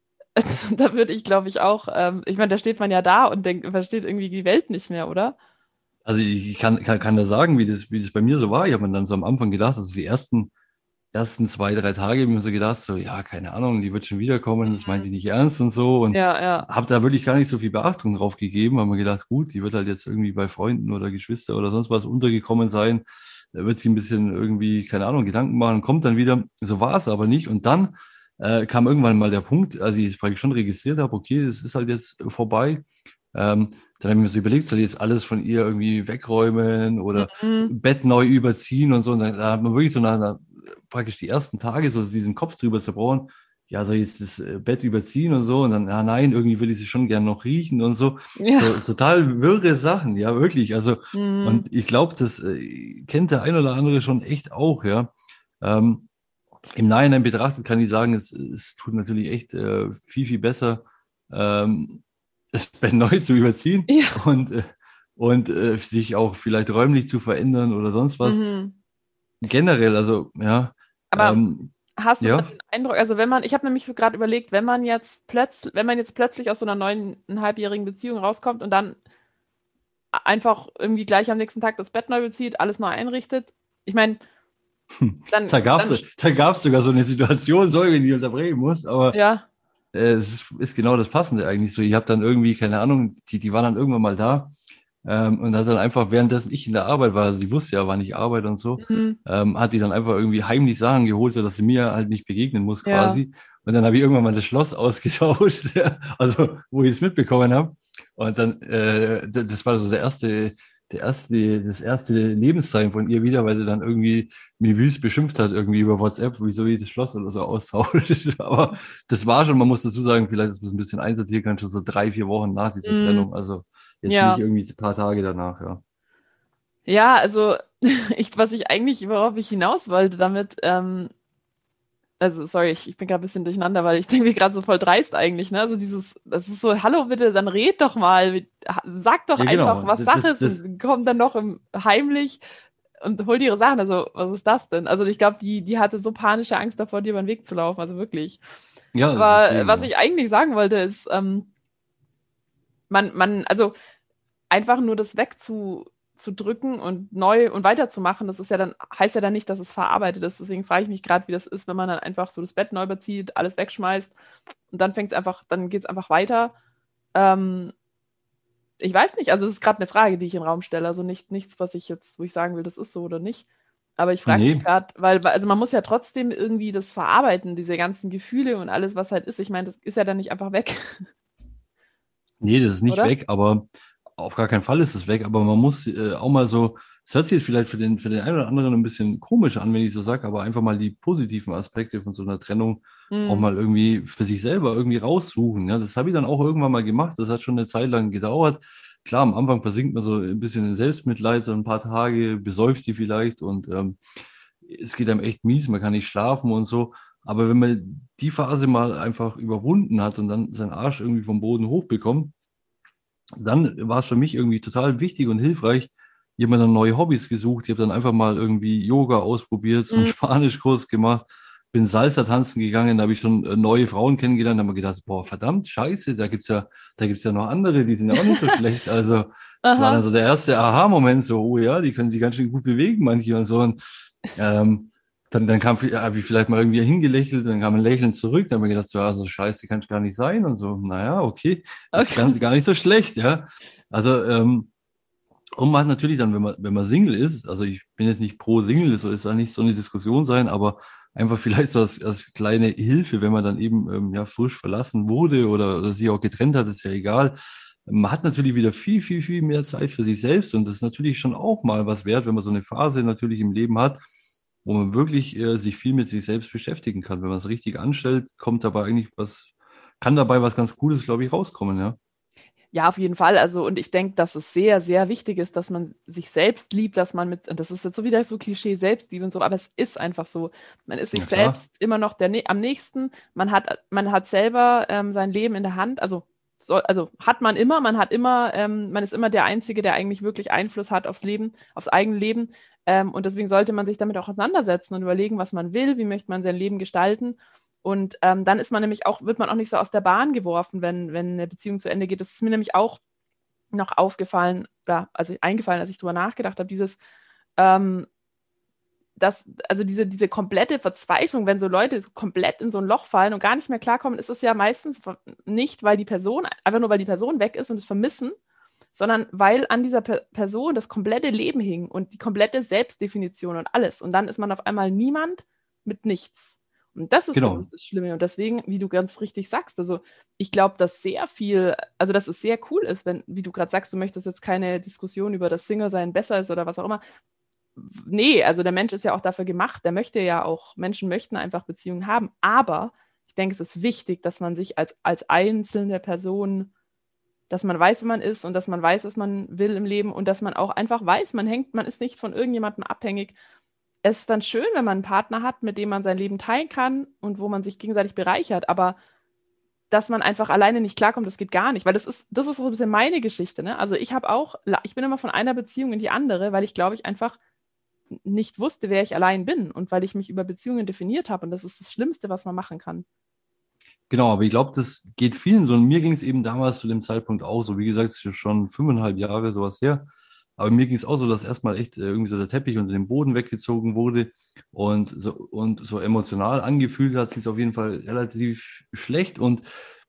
da würde ich, glaube ich, auch, ähm, ich meine, da steht man ja da und denkt, versteht irgendwie die Welt nicht mehr, oder? Also ich kann, kann, kann da sagen, wie das, wie das bei mir so war. Ich habe mir dann so am Anfang gedacht, also die ersten, ersten zwei, drei Tage habe ich mir so gedacht, so, ja, keine Ahnung, die wird schon wiederkommen, das meint die Mhm. nicht ernst und so. Und Ja, ja. habe da wirklich gar nicht so viel Beachtung drauf gegeben, habe mir gedacht, gut, die wird halt jetzt irgendwie bei Freunden oder Geschwister oder sonst was untergekommen sein. Da wird sie ein bisschen irgendwie, keine Ahnung, Gedanken machen, kommt dann wieder. So war es aber nicht. Und dann äh, kam irgendwann mal der Punkt, als ich es praktisch schon registriert habe, okay, es ist halt jetzt vorbei. Ähm, Dann habe ich mir so überlegt, soll ich jetzt alles von ihr irgendwie wegräumen oder Mhm. Bett neu überziehen und so. Und dann, da hat man wirklich so nach, nach praktisch die ersten Tage so diesen Kopf drüber zerbrochen. Ja, soll ich jetzt das äh, Bett überziehen und so? Und dann, ja, nein, irgendwie will ich sie schon gern noch riechen und so. Ja. So, so total wirre Sachen, ja, wirklich. Also, Mhm. und ich glaube, das äh, kennt der ein oder andere schon echt auch, ja. Ähm, Im Nachhinein betrachtet kann ich sagen, es, es tut natürlich echt äh, viel, viel besser, ähm, das Bett neu zu überziehen Ja. und, äh, und äh, sich auch vielleicht räumlich zu verändern oder sonst was. Mhm. Generell, also ja, Aber ähm, hast du dann ja, den Eindruck, also wenn man, ich habe nämlich so gerade überlegt, wenn man jetzt plötzlich, wenn man jetzt plötzlich aus so einer neuneinhalbjährigen Beziehung rauskommt und dann einfach irgendwie gleich am nächsten Tag das Bett neu bezieht, alles neu einrichtet, ich meine, dann, da gab's, dann, da gab's sogar so eine Situation, sorry, wenn ich unterbrechen muss, aber ja, äh, es ist, ist genau das Passende eigentlich so. Ich habe dann irgendwie, keine Ahnung, die, die waren dann irgendwann mal da. Ähm, und hat dann einfach, währenddessen ich in der Arbeit war, also sie wusste ja, wann ich arbeite und so, mhm. ähm, hat die dann einfach irgendwie heimlich Sachen geholt, so dass sie mir halt nicht begegnen muss Ja, quasi. Und dann habe ich irgendwann mal das Schloss ausgetauscht, also wo ich es mitbekommen habe. Und dann, äh, d- das war so der erste, der erste, das erste Lebenszeichen von ihr wieder, weil sie dann irgendwie mich wüst beschimpft hat, irgendwie über WhatsApp, wieso ich das Schloss oder so austausche. Aber das war schon, man muss dazu sagen, vielleicht ist es ein bisschen einsortieren kann, schon so drei, vier Wochen nach dieser mhm. Trennung. Also jetzt nicht Ja, irgendwie ein paar Tage danach, ja. ja, also ich, was ich eigentlich, worauf ich hinaus wollte damit, ähm, also sorry, ich, ich bin gerade ein bisschen durcheinander, weil ich denke mir gerade so voll dreist eigentlich, ne? Also dieses, das ist so, hallo bitte, dann red doch mal, mit- ha- sag doch Ja, einfach, genau. was Das, Sache das, ist das, und komm dann noch im, heimlich und hol dir ihre Sachen. Also, was ist das denn? Also ich glaube, die, die hatte so panische Angst davor, dir über den Weg zu laufen, also wirklich. ja, Aber deswegen, was ja. ich eigentlich sagen wollte, ist, ähm, man, man, also einfach nur das wegzudrücken und neu und weiterzumachen, das ist ja dann, heißt ja dann nicht, dass es verarbeitet ist. Deswegen frage ich mich gerade, wie das ist, wenn man dann einfach so das Bett neu bezieht, alles wegschmeißt und dann fängt es einfach, dann geht es einfach weiter. Ähm, ich weiß nicht, also es ist gerade eine Frage, die ich in den Raum stelle, also nicht nichts, was ich jetzt, wo ich sagen will, das ist so oder nicht. Aber ich frage mich Nee, gerade, weil, weil- also man muss ja trotzdem irgendwie das verarbeiten, diese ganzen Gefühle und alles, was halt ist. Ich meine, das ist ja dann nicht einfach weg, nee, das ist nicht oder? weg, aber auf gar keinen Fall ist es weg. Aber man muss äh, auch mal so, es hört sich jetzt vielleicht für den, für den einen oder anderen ein bisschen komisch an, wenn ich so sage, aber einfach mal die positiven Aspekte von so einer Trennung auch Hm. mal irgendwie für sich selber irgendwie raussuchen. Ja, das habe ich dann auch irgendwann mal gemacht. Das hat schon eine Zeit lang gedauert. Klar, am Anfang versinkt man so ein bisschen in Selbstmitleid, so ein paar Tage, besäuft sie vielleicht und ähm, es geht einem echt mies, man kann nicht schlafen und so. Aber wenn man die Phase mal einfach überwunden hat und dann seinen Arsch irgendwie vom Boden hochbekommt, dann war es für mich irgendwie total wichtig und hilfreich. Ich habe mir dann neue Hobbys gesucht. Ich habe dann einfach mal irgendwie Yoga ausprobiert, so einen Hm. Spanischkurs gemacht, bin Salsa tanzen gegangen, da habe ich schon äh, neue Frauen kennengelernt, da habe mir gedacht, boah, verdammt, scheiße, da gibt's ja, da gibt's ja noch andere, die sind ja auch nicht so schlecht. Also, das war dann Aha. so der erste Aha-Moment, so, oh ja, die können sich ganz schön gut bewegen, manche und so. Und ähm, dann, dann kam, habe ich vielleicht mal irgendwie hingelächelt, dann kam ein Lächeln zurück, dann habe ich gedacht, so, also scheiße, kann es gar nicht sein und so, naja, okay, ist gar, Okay. gar nicht so schlecht, ja. Also, ähm, und man hat natürlich dann, wenn man, wenn man Single ist, also ich bin jetzt nicht pro Single, das soll jetzt da nicht so eine Diskussion sein, aber einfach vielleicht so als, als kleine Hilfe, wenn man dann eben ähm, ja frisch verlassen wurde oder, oder sich auch getrennt hat, ist ja egal. Man hat natürlich wieder viel, viel, viel mehr Zeit für sich selbst und das ist natürlich schon auch mal was wert, wenn man so eine Phase natürlich im Leben hat, wo man wirklich äh, sich viel mit sich selbst beschäftigen kann. Wenn man es richtig anstellt, kommt dabei eigentlich was, kann dabei was ganz Cooles, glaube ich, rauskommen, ja. Ja, auf jeden Fall. Also, und ich denke, dass es sehr, sehr wichtig ist, dass man sich selbst liebt, dass man mit, und das ist jetzt so wieder so Klischee Selbstliebe und so, aber es ist einfach so. Man ist sich Ja, klar. selbst immer noch der, Nä- am nächsten. Man hat, man hat selber ähm, sein Leben in der Hand. Also, soll, also hat man immer, man hat immer, ähm, man ist immer der Einzige, der eigentlich wirklich Einfluss hat aufs Leben, aufs eigene Leben. Ähm, und deswegen sollte man sich damit auch auseinandersetzen und überlegen, was man will, wie möchte man sein Leben gestalten. Und ähm, dann ist man nämlich auch, wird man auch nicht so aus der Bahn geworfen, wenn, wenn eine Beziehung zu Ende geht. Das ist mir nämlich auch noch aufgefallen, oder also eingefallen, als ich drüber nachgedacht habe, dieses, ähm, das, also diese, diese komplette Verzweiflung, wenn so Leute so komplett in so ein Loch fallen und gar nicht mehr klarkommen, ist es ja meistens nicht, weil die Person, einfach nur weil die Person weg ist und es vermissen, sondern weil an dieser per Person das komplette Leben hing und die komplette Selbstdefinition und alles. Und dann ist man auf einmal niemand mit nichts. Und das ist, glaube ich, Genau. das Schlimme. Und deswegen, wie du ganz richtig sagst, also ich glaube, dass sehr viel, also dass es sehr cool ist, wenn, wie du gerade sagst, du möchtest jetzt keine Diskussion über das Single-Sein besser ist oder was auch immer. Nee, also der Mensch ist ja auch dafür gemacht. Der möchte ja auch, Menschen möchten einfach Beziehungen haben. Aber ich denke, es ist wichtig, dass man sich als, als einzelne Person, dass man weiß, wer man ist und dass man weiß, was man will im Leben und dass man auch einfach weiß, man hängt, man ist nicht von irgendjemandem abhängig. Es ist dann schön, wenn man einen Partner hat, mit dem man sein Leben teilen kann und wo man sich gegenseitig bereichert, aber dass man einfach alleine nicht klarkommt, das geht gar nicht, weil das ist, das ist so ein bisschen meine Geschichte, ne? Also ich habe auch, ich bin immer von einer Beziehung in die andere, weil ich glaube ich einfach nicht wusste, wer ich allein bin und weil ich mich über Beziehungen definiert habe und das ist das Schlimmste, was man machen kann. Genau, aber ich glaube, das geht vielen so. Und mir ging es eben damals zu dem Zeitpunkt auch so. Wie gesagt, es ist schon fünfeinhalb Jahre sowas her. Aber mir ging es auch so, dass erstmal echt äh, irgendwie so der Teppich unter dem Boden weggezogen wurde und so, und so emotional angefühlt hat sich auf jeden Fall relativ schlecht. Und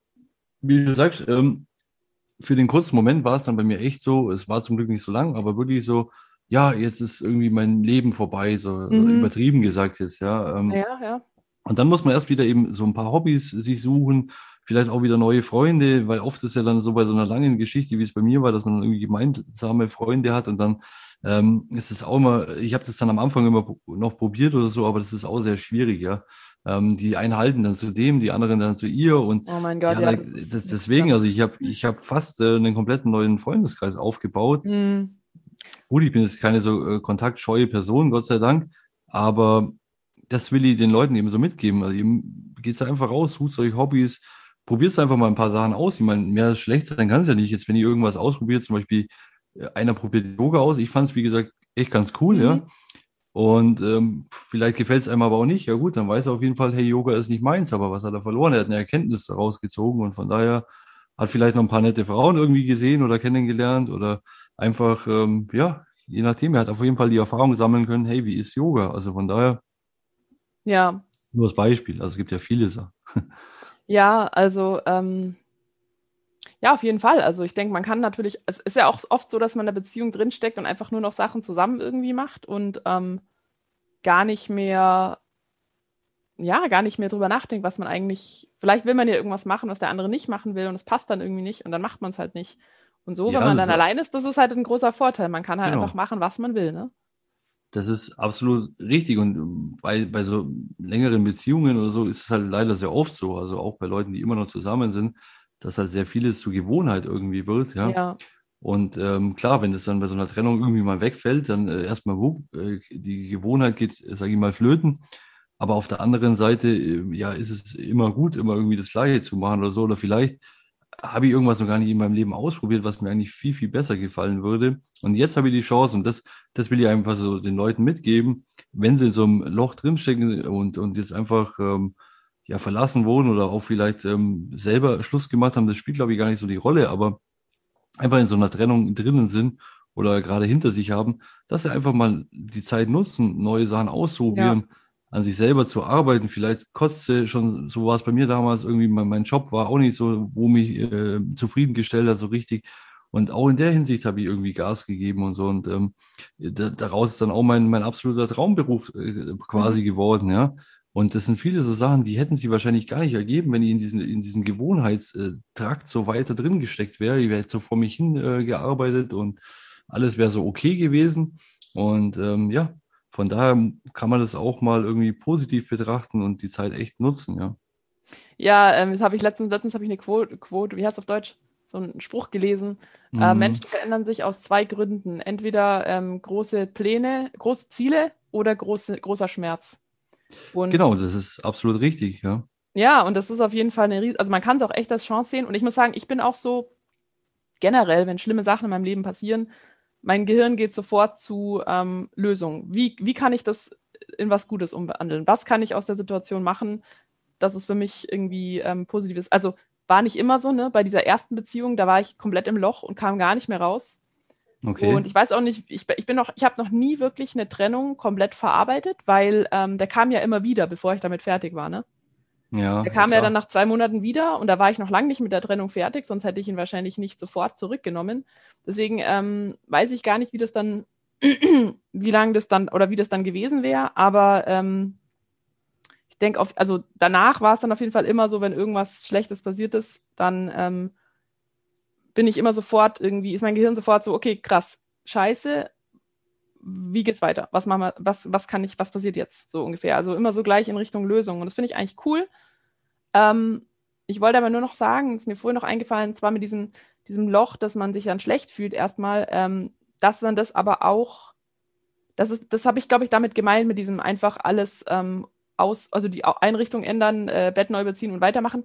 wie du sagst, ähm, für den kurzen Moment war es dann bei mir echt so, es war zum Glück nicht so lang, aber wirklich so, ja, jetzt ist irgendwie mein Leben vorbei, so Mhm. übertrieben gesagt jetzt, ja. Ähm, Ja, ja. und dann muss man erst wieder eben so ein paar Hobbys sich suchen, vielleicht auch wieder neue Freunde, weil oft ist ja dann so bei so einer langen Geschichte, wie es bei mir war, dass man dann irgendwie gemeinsame Freunde hat und dann ähm, ist es auch immer, ich habe das dann am Anfang immer noch probiert oder so, aber das ist auch sehr schwierig, ja. Ähm, die einen halten dann zu dem, die anderen dann zu ihr und Oh mein Gott, ja, ja, da, das ist das, richtig deswegen, krass. also ich habe ich hab fast äh, einen kompletten neuen Freundeskreis aufgebaut. Mhm. Gut, ich bin jetzt keine so äh, kontaktscheue Person, Gott sei Dank, aber das will ich den Leuten eben so mitgeben. Also eben geht's da einfach raus, sucht euch Hobbys, probiert einfach mal ein paar Sachen aus. Ich meine, mehr schlecht sein kann es ja nicht. Jetzt, wenn ihr irgendwas ausprobiert, zum Beispiel äh, einer probiert Yoga aus. Ich fand es, wie gesagt, echt ganz cool, ja. Mhm. Und ähm, vielleicht gefällt es einem aber auch nicht. Ja gut, dann weiß er auf jeden Fall, hey, Yoga ist nicht meins, aber was hat er verloren? Er hat eine Erkenntnis daraus gezogen und von daher hat vielleicht noch ein paar nette Frauen irgendwie gesehen oder kennengelernt oder einfach, ähm, ja, je nachdem, er hat auf jeden Fall die Erfahrung sammeln können, hey, wie ist Yoga? Also von daher Ja, nur als Beispiel. Also es gibt ja viele Sachen. ja, also ähm, Ja, auf jeden Fall. Also ich denke, man kann natürlich, es ist ja auch oft so, dass man in der Beziehung drinsteckt und einfach nur noch Sachen zusammen irgendwie macht und ähm, gar nicht mehr, ja, gar nicht mehr drüber nachdenkt, was man eigentlich, vielleicht will man ja irgendwas machen, was der andere nicht machen will und es passt dann irgendwie nicht und dann macht man es halt nicht. Und so, wenn Ja, man das dann ist, allein ist, das ist halt ein großer Vorteil. Man kann halt einfach genau. machen, was man will, ne? Das ist absolut richtig. Und ähm, bei, bei so längeren Beziehungen oder so ist es halt leider sehr oft so. Also auch bei Leuten, die immer noch zusammen sind, dass halt sehr vieles zur Gewohnheit irgendwie wird, ja. Ja, Und ähm, klar, wenn das dann bei so einer Trennung irgendwie mal wegfällt, dann äh, erstmal, wupp, äh, die Gewohnheit geht, äh, sage ich mal, flöten. Aber auf der anderen Seite, äh, ja, ist es immer gut, immer irgendwie das Gleiche zu machen oder so. Oder vielleicht habe ich irgendwas noch gar nicht in meinem Leben ausprobiert, was mir eigentlich viel, viel besser gefallen würde. Und jetzt habe ich die Chance, und das, das will ich einfach so den Leuten mitgeben, wenn sie in so einem Loch drinstecken und, und jetzt einfach ähm, ja, verlassen wurden oder auch vielleicht ähm, selber Schluss gemacht haben, das spielt, glaube ich, gar nicht so die Rolle, aber einfach in so einer Trennung drinnen sind oder gerade hinter sich haben, dass sie einfach mal die Zeit nutzen, neue Sachen ja, auszuprobieren, an sich selber zu arbeiten. Vielleicht kostet sie schon, so war es bei mir damals, irgendwie mein, mein Job war auch nicht so, wo mich äh, zufriedengestellt hat, so richtig. Und auch in der Hinsicht habe ich irgendwie Gas gegeben und so. Und ähm, da, daraus ist dann auch mein, mein absoluter Traumberuf äh, mhm. quasi geworden, ja. Und das sind viele so Sachen, die hätten sich wahrscheinlich gar nicht ergeben, wenn ich in diesen, in diesen Gewohnheitstrakt so weiter drin gesteckt wäre. Ich wäre jetzt so vor mich hin äh, gearbeitet und alles wäre so okay gewesen. Und ähm, ja, von daher kann man das auch mal irgendwie positiv betrachten und die Zeit echt nutzen, ja. Ja, ähm, das habe ich letztens, letztens habe ich eine Quote, Quote, wie heißt es auf Deutsch? So einen Spruch gelesen. Äh, Mhm. Menschen verändern sich aus zwei Gründen. Entweder ähm, große Pläne, große Ziele oder große, großer Schmerz. Und Genau, das ist absolut richtig, ja. ja, und das ist auf jeden Fall eine Ries also man kann es auch echt als Chance sehen. Und ich muss sagen, ich bin auch so generell, wenn schlimme Sachen in meinem Leben passieren, mein Gehirn geht sofort zu ähm, Lösungen. Wie, wie kann ich das in was Gutes umwandeln? Was kann ich aus der Situation machen, dass es für mich irgendwie ähm, positiv ist? Also war nicht immer so, ne? Bei dieser ersten Beziehung, da war ich komplett im Loch und kam gar nicht mehr raus. Okay. Und ich weiß auch nicht, ich, ich bin noch, ich habe noch nie wirklich eine Trennung komplett verarbeitet, weil ähm, der kam ja immer wieder, bevor ich damit fertig war, ne? Der Ja, ja kam ja dann klar. nach zwei Monaten wieder und da war ich noch lange nicht mit der Trennung fertig, sonst hätte ich ihn wahrscheinlich nicht sofort zurückgenommen. Deswegen ähm, weiß ich gar nicht, wie das dann, wie lange das dann oder wie das dann gewesen wäre. Aber ähm, ich denke, also danach war es dann auf jeden Fall immer so, wenn irgendwas Schlechtes passiert ist, dann ähm, bin ich immer sofort irgendwie, ist mein Gehirn sofort so, okay, krass, scheiße, wie geht's weiter? Was machen wir, was, was kann ich, was passiert jetzt? So ungefähr. Also immer so gleich in Richtung Lösung. Und das finde ich eigentlich cool. Ähm, ich wollte aber nur noch sagen, ist mir vorhin noch eingefallen, zwar mit diesem, diesem Loch, dass man sich dann schlecht fühlt, erstmal, ähm, dass man das aber auch, das ist, das habe ich, glaube ich, damit gemeint, mit diesem einfach alles ähm, aus, also die Einrichtung ändern, äh, Bett neu beziehen und weitermachen.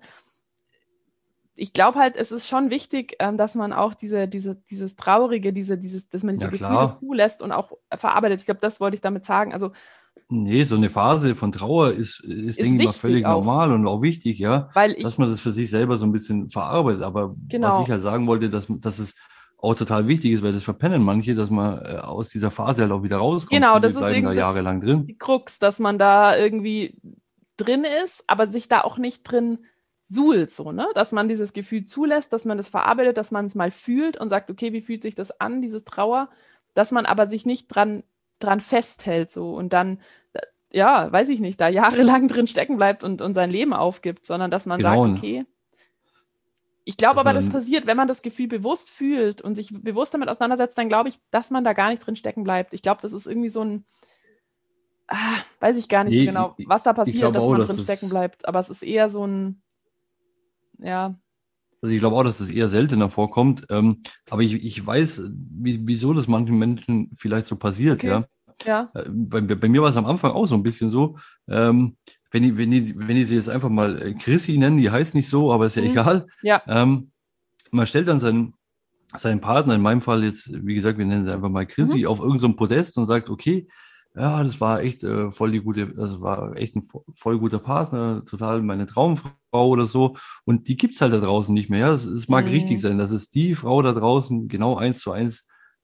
Ich glaube halt, es ist schon wichtig, ähm, dass man auch diese, diese, dieses Traurige, diese, dieses, dass man diese Ja Gefühle klar. zulässt und auch verarbeitet. Ich glaube, das wollte ich damit sagen. Also Nee, so eine Phase von Trauer ist, ist, ist denke ich mal, wichtig völlig auch, normal und auch wichtig, ja, weil dass ich, man das für sich selber so ein bisschen verarbeitet. Aber was ich genau, halt sagen wollte, dass, dass es auch total wichtig ist, weil das verpennen manche, dass man äh, aus dieser Phase halt auch wieder rauskommt. genau, Viele das ist bleiben da irgendwie das, jahrelang drin. die Krux, dass man da irgendwie drin ist, aber sich da auch nicht drin suhlt, so, ne? Dass man dieses Gefühl zulässt, dass man das verarbeitet, dass man es mal fühlt und sagt, okay, wie fühlt sich das an, diese Trauer, dass man aber sich nicht dran, dran festhält, so und dann, äh, ja, weiß ich nicht, da jahrelang drin stecken bleibt und, und sein Leben aufgibt, sondern dass man Genau, sagt, und okay, ich glaube dass aber, man das dann, passiert, wenn man das Gefühl bewusst fühlt und sich bewusst damit auseinandersetzt, dann glaube ich, dass man da gar nicht drin stecken bleibt. Ich glaube, das ist irgendwie so ein, ah, weiß ich gar nicht so nee, genau, ich, was da ich passiert, glaube dass auch, man dass drin stecken das, bleibt. Aber es ist eher so ein, ja, also ich glaube auch, dass das eher seltener vorkommt. Ähm, aber ich, ich weiß, wie, wieso das manchen Menschen vielleicht so passiert, okay, ja. ja, Äh, Bei, bei mir war es am Anfang auch so ein bisschen so. Ähm, wenn ich, wenn ich, wenn ich sie jetzt einfach mal äh, Chrissy nennen, die heißt nicht so, aber ist ja mhm. egal. Ja, Ähm, man stellt dann seinen, seinen Partner, in meinem Fall jetzt, wie gesagt, wir nennen sie einfach mal mhm. Chrissy, auf irgendein so ein Podest und sagt, okay, ja, das war echt äh, voll die gute, das war echt ein vo- voll guter Partner, total meine Traumfrau oder so. Und die gibt's halt da draußen nicht mehr. Ja, es, es mag richtig Mhm. sein, dass es die Frau da draußen genau eins zu eins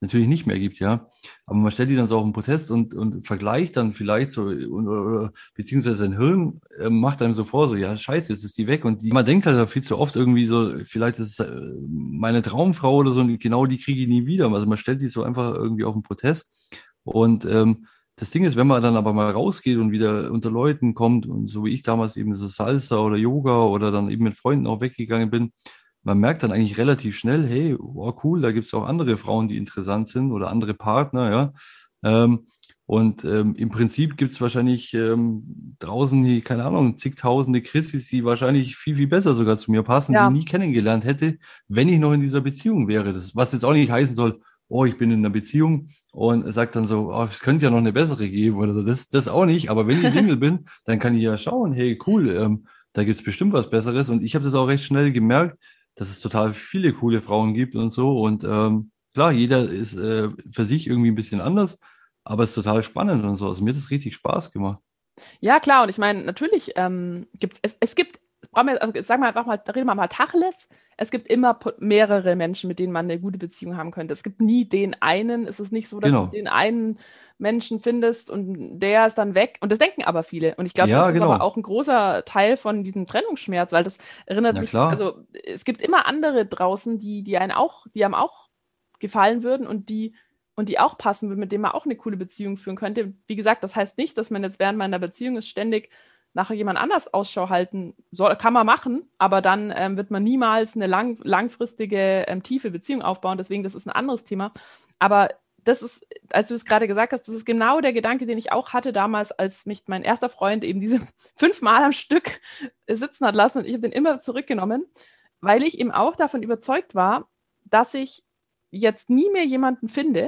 natürlich nicht mehr gibt, ja. Aber man stellt die dann so auf den Protest und, und vergleicht dann vielleicht so, und, oder, beziehungsweise sein Hirn äh, macht einem so vor, so, ja, scheiße, jetzt ist die weg. Und die, man denkt halt viel zu oft irgendwie so, vielleicht ist es äh, meine Traumfrau oder so, und genau die kriege ich nie wieder. Also man stellt die so einfach irgendwie auf den Protest. Und ähm, das Ding ist, wenn man dann aber mal rausgeht und wieder unter Leuten kommt, und so wie ich damals eben so Salsa oder Yoga oder dann eben mit Freunden auch weggegangen bin, man merkt dann eigentlich relativ schnell, hey, oh cool, da gibt es auch andere Frauen, die interessant sind oder andere Partner, ja. Ähm, und ähm, im Prinzip gibt es wahrscheinlich ähm, draußen, die, keine Ahnung, zigtausende Chrissis, die wahrscheinlich viel, viel besser sogar zu mir passen, die ich Ja, nie kennengelernt hätte, wenn ich noch in dieser Beziehung wäre. Das, was jetzt auch nicht heißen soll, oh, ich bin in einer Beziehung und sagt dann so, oh, es könnte ja noch eine bessere geben oder so. Das, das auch nicht. Aber wenn ich Single bin, dann kann ich ja schauen, hey, cool, ähm, da gibt's bestimmt was Besseres. Und ich habe das auch recht schnell gemerkt, dass es total viele coole Frauen gibt und so. Und ähm, klar, jeder ist äh, für sich irgendwie ein bisschen anders, aber es ist total spannend und so. Also mir hat es richtig Spaß gemacht. ja, klar. Und ich meine, natürlich ähm, gibt es, es gibt, brauchen wir, also sagen wir einfach mal, reden wir mal Tacheles. Es gibt immer po- mehrere Menschen, mit denen man eine gute Beziehung haben könnte. Es gibt nie den einen. Es ist nicht so, dass du Genau. den einen Menschen findest und der ist dann weg. Und das denken aber viele. Und ich glaube, das Ja, ist aber genau. auch ein großer Teil von diesem Trennungsschmerz, weil das erinnert Na mich, klar. also es gibt immer andere draußen, die, die einen auch, die einem auch gefallen würden und die und die auch passen würden, mit denen man auch eine coole Beziehung führen könnte. Wie gesagt, das heißt nicht, dass man jetzt während meiner Beziehung ist ständig nach jemand anders Ausschau halten soll. Kann man machen, aber dann ähm, wird man niemals eine lang, langfristige, ähm, tiefe Beziehung aufbauen. Deswegen, das ist ein anderes Thema. Aber das ist, als du es gerade gesagt hast, das ist genau der Gedanke, den ich auch hatte damals, als mich mein erster Freund eben diese fünfmal am Stück sitzen hat lassen und ich habe den immer zurückgenommen, weil ich eben auch davon überzeugt war, dass ich jetzt nie mehr jemanden finde,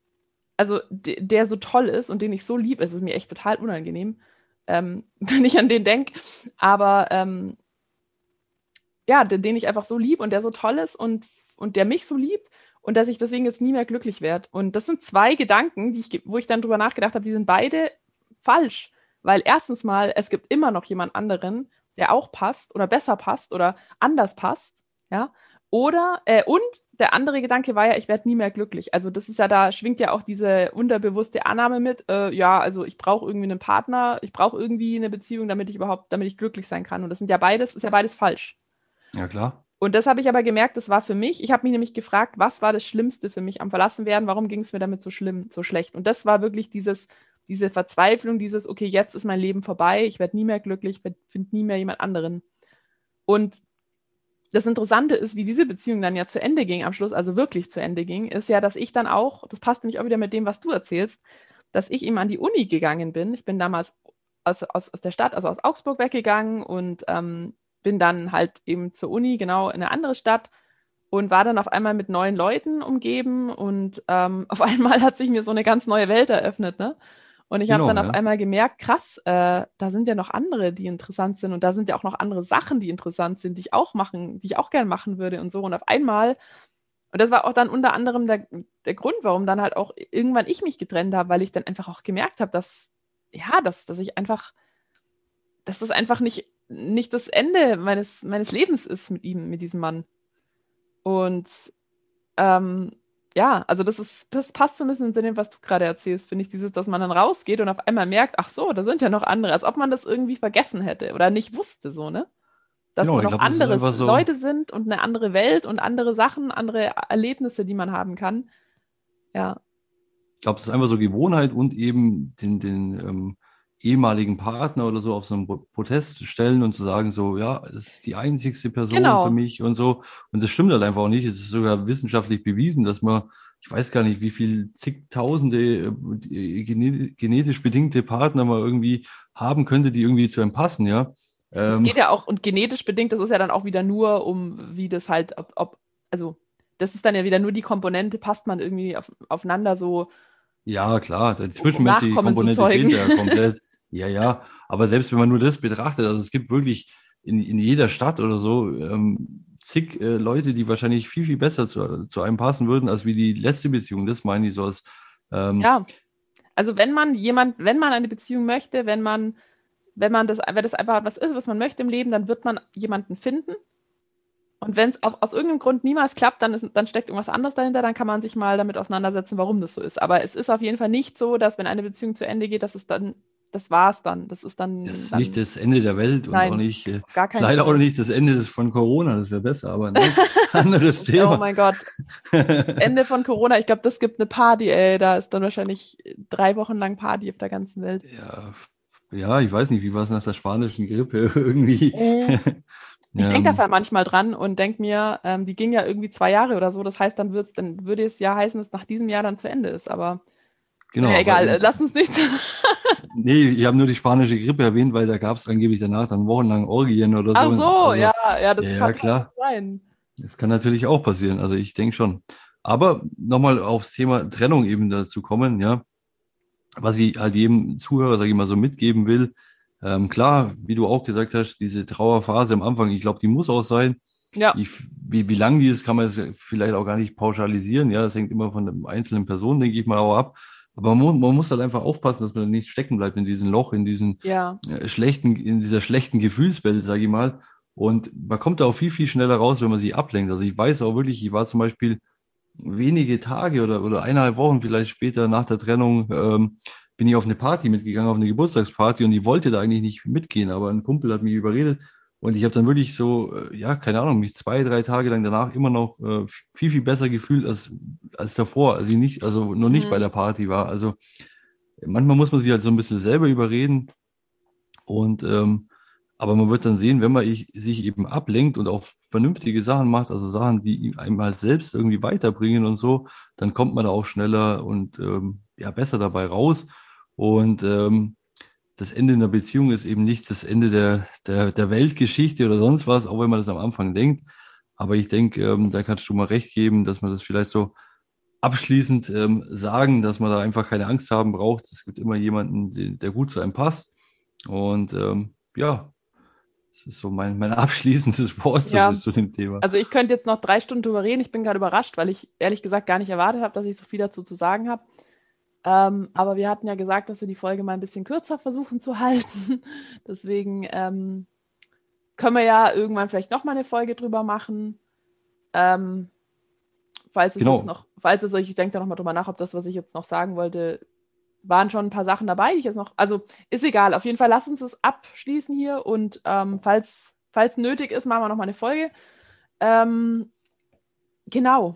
also de- der so toll ist und den ich so lieb, es ist mir echt total unangenehm, ähm, wenn ich an den denke, aber ähm, ja, den, den ich einfach so lieb und der so toll ist und, und der mich so liebt und dass ich deswegen jetzt nie mehr glücklich werde. Und das sind zwei Gedanken, die ich, wo ich dann drüber nachgedacht habe, die sind beide falsch, weil erstens mal, es gibt immer noch jemand anderen, der auch passt oder besser passt oder anders passt, ja, oder, äh, und der andere Gedanke war ja, ich werde nie mehr glücklich. Also das ist ja, da schwingt ja auch diese unterbewusste Annahme mit, äh, ja, also ich brauche irgendwie einen Partner, ich brauche irgendwie eine Beziehung, damit ich überhaupt, damit ich glücklich sein kann. Und das sind ja beides, ist ja beides falsch. Ja, klar. Und das habe ich aber gemerkt, das war für mich. Ich habe mich nämlich gefragt, was war das Schlimmste für mich am Verlassenwerden? Warum ging es mir damit so schlimm, so schlecht? Und das war wirklich dieses, diese Verzweiflung, dieses, okay, jetzt ist mein Leben vorbei, ich werde nie mehr glücklich, ich finde nie mehr jemand anderen. Und das Interessante ist, wie diese Beziehung dann ja zu Ende ging am Schluss, also wirklich zu Ende ging, ist ja, dass ich dann auch, das passt nämlich auch wieder mit dem, was du erzählst, dass ich eben an die Uni gegangen bin. Ich bin damals aus, aus, aus der Stadt, also aus Augsburg weggegangen und ähm, bin dann halt eben zur Uni, genau in eine andere Stadt und war dann auf einmal mit neuen Leuten umgeben und ähm, auf einmal hat sich mir so eine ganz neue Welt eröffnet, ne? Und ich habe Genau, dann auf ja. einmal gemerkt, krass, äh, da sind ja noch andere, die interessant sind und da sind ja auch noch andere Sachen, die interessant sind, die ich auch machen, die ich auch gern machen würde und so. Und auf einmal, und das war auch dann unter anderem der, der Grund, warum dann halt auch irgendwann ich mich getrennt habe, weil ich dann einfach auch gemerkt habe, dass, ja, dass, dass ich einfach, dass das einfach nicht, nicht das Ende meines, meines Lebens ist mit ihm, mit diesem Mann. Und ähm, ja, also das ist, das passt so ein bisschen zu dem, was du gerade erzählst, finde ich, dieses, dass man dann rausgeht und auf einmal merkt, ach so, da sind ja noch andere, als ob man das irgendwie vergessen hätte oder nicht wusste, so, ne? Dass Genau, da ich noch glaube, das ist andere einfach so. Leute sind und eine andere Welt und andere Sachen, andere Erlebnisse, die man haben kann. Ja, Ich glaube, das ist einfach so Gewohnheit und eben den, den ähm, ehemaligen Partner oder so auf so einen Pro- Protest stellen und zu sagen, so, ja, es ist die einzigste Person für genau. mich und so. Und das stimmt halt einfach auch nicht. Es ist sogar wissenschaftlich bewiesen, dass man, ich weiß gar nicht, wie viel zigtausende äh, gene- genetisch bedingte Partner man irgendwie haben könnte, die irgendwie zu einem passen, ja. Es Ähm, geht ja auch, und genetisch bedingt, das ist ja dann auch wieder nur um, wie das halt, ob, ob also, das ist dann ja wieder nur die Komponente, passt man irgendwie auf, aufeinander so, Ja, klar, die um zwischenmenschliche Nachkommen zu Komponente zeugen. fehlt ja komplett. Ja, ja, aber selbst wenn man nur das betrachtet, also es gibt wirklich in, in jeder Stadt oder so ähm, zig äh, Leute, die wahrscheinlich viel, viel besser zu, zu einem passen würden, als wie die letzte Beziehung. Das meine ich so als, ähm, Ja, also wenn man jemand, wenn man eine Beziehung möchte, wenn man, wenn man das, wenn das einfach was ist, was man möchte im Leben, dann wird man jemanden finden. Und wenn es aus irgendeinem Grund niemals klappt, dann, ist, dann steckt irgendwas anderes dahinter, dann kann man sich mal damit auseinandersetzen, warum das so ist. Aber es ist auf jeden Fall nicht so, dass wenn eine Beziehung zu Ende geht, dass es dann, das war's dann. Das ist Das dann, ist nicht dann, das Ende der Welt und auch nein, nicht, äh, auf gar keinen leider auch Fall. nicht das Ende des, von Corona, das wäre besser, aber nein, anderes Oh Thema. mein Gott. Ende von Corona, ich glaube, das gibt eine Party, ey. Da ist dann wahrscheinlich drei Wochen lang Party auf der ganzen Welt. Ja, ja, ich weiß nicht, wie war es nach der spanischen Grippe irgendwie. Mhm. Ich denke ähm, da manchmal dran und denke mir, ähm, die ging ja irgendwie zwei Jahre oder so. Das heißt, dann wird's, dann würde es ja heißen, dass nach diesem Jahr dann zu Ende ist. Aber genau, naja, aber egal, äh, in, lass uns nicht. nee, ich habe nur die spanische Grippe erwähnt, weil da gab es angeblich danach dann wochenlang Orgien oder Ach so. so, Also, ja, ja, ja, das ja, kann halt klar, sein. das kann natürlich auch passieren. Also ich denke schon. Aber nochmal aufs Thema Trennung eben dazu kommen, ja. Was ich halt jedem Zuhörer, sage ich mal, so mitgeben will, ähm, klar, wie du auch gesagt hast, diese Trauerphase am Anfang, ich glaube, die muss auch sein. Ja. Ich, wie, wie lang die ist, kann man jetzt vielleicht auch gar nicht pauschalisieren. Ja, das hängt immer von der einzelnen Person, denke ich mal, auch ab. Aber man, man muss halt einfach aufpassen, dass man nicht stecken bleibt in diesem Loch, in diesen Ja. äh, schlechten, in dieser schlechten Gefühlswelt, sage ich mal. Und man kommt da auch viel, viel schneller raus, wenn man sich ablenkt. Also ich weiß auch wirklich, ich war zum Beispiel wenige Tage oder, oder eineinhalb Wochen vielleicht später nach der Trennung, ähm, bin ich auf eine Party mitgegangen, auf eine Geburtstagsparty und ich wollte da eigentlich nicht mitgehen, aber ein Kumpel hat mich überredet und ich habe dann wirklich so, äh, ja, keine Ahnung, mich zwei, drei Tage lang danach immer noch äh, viel, viel besser gefühlt als, als davor, als ich nicht, also noch nicht bei Mhm. der Party war. Also manchmal muss man sich halt so ein bisschen selber überreden und ähm, aber man wird dann sehen, wenn man ich, sich eben ablenkt und auch vernünftige Sachen macht, also Sachen, die einem halt selbst irgendwie weiterbringen und so, dann kommt man da auch schneller und ähm, ja besser dabei raus. Und ähm, das Ende in der Beziehung ist eben nicht das Ende der, der, der Weltgeschichte oder sonst was, auch wenn man das am Anfang denkt. Aber ich denke, ähm, da kannst du mal recht geben, dass man das vielleicht so abschließend ähm, sagen, dass man da einfach keine Angst haben braucht. Es gibt immer jemanden, der, der gut zu einem passt. Und ähm, ja, das ist so mein, mein abschließendes Wort zu, Ja. zu dem Thema. Also ich könnte jetzt noch drei Stunden drüber reden. Ich bin gerade überrascht, weil ich ehrlich gesagt gar nicht erwartet habe, dass ich so viel dazu zu sagen habe. Ähm, aber wir hatten ja gesagt, dass wir die Folge mal ein bisschen kürzer versuchen zu halten. Deswegen ähm, können wir ja irgendwann vielleicht noch mal eine Folge drüber machen. Ähm, falls es jetzt Genau, noch, falls es euch, ich denke da noch mal drüber nach, ob das, was ich jetzt noch sagen wollte, waren schon ein paar Sachen dabei, die ich jetzt noch, also ist egal. Auf jeden Fall lasst uns das abschließen hier und ähm, falls, falls nötig ist, machen wir noch mal eine Folge. Ähm, genau.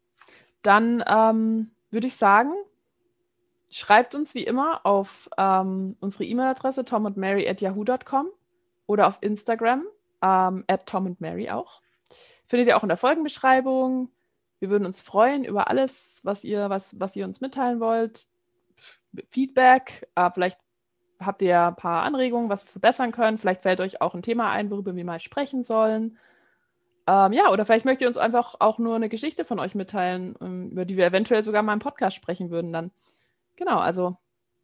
Dann ähm, würde ich sagen, schreibt uns wie immer auf ähm, unsere E-Mail-Adresse tomandmary at yahoo Punkt com oder auf Instagram ähm, at tomandmary auch. Findet ihr auch in der Folgenbeschreibung. Wir würden uns freuen über alles, was ihr, was, was ihr uns mitteilen wollt. Feedback, äh, vielleicht habt ihr ja ein paar Anregungen, was wir verbessern können. Vielleicht fällt euch auch ein Thema ein, worüber wir mal sprechen sollen. Ähm, ja, oder vielleicht möchtet ihr uns einfach auch nur eine Geschichte von euch mitteilen, ähm, über die wir eventuell sogar mal im Podcast sprechen würden dann. Genau, also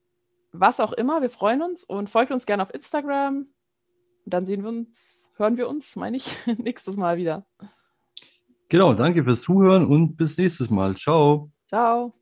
was auch immer, wir freuen uns und folgt uns gerne auf Instagram. Und dann sehen wir uns, hören wir uns, meine ich, nächstes Mal wieder. genau. Danke fürs Zuhören und bis nächstes Mal. Ciao. Ciao.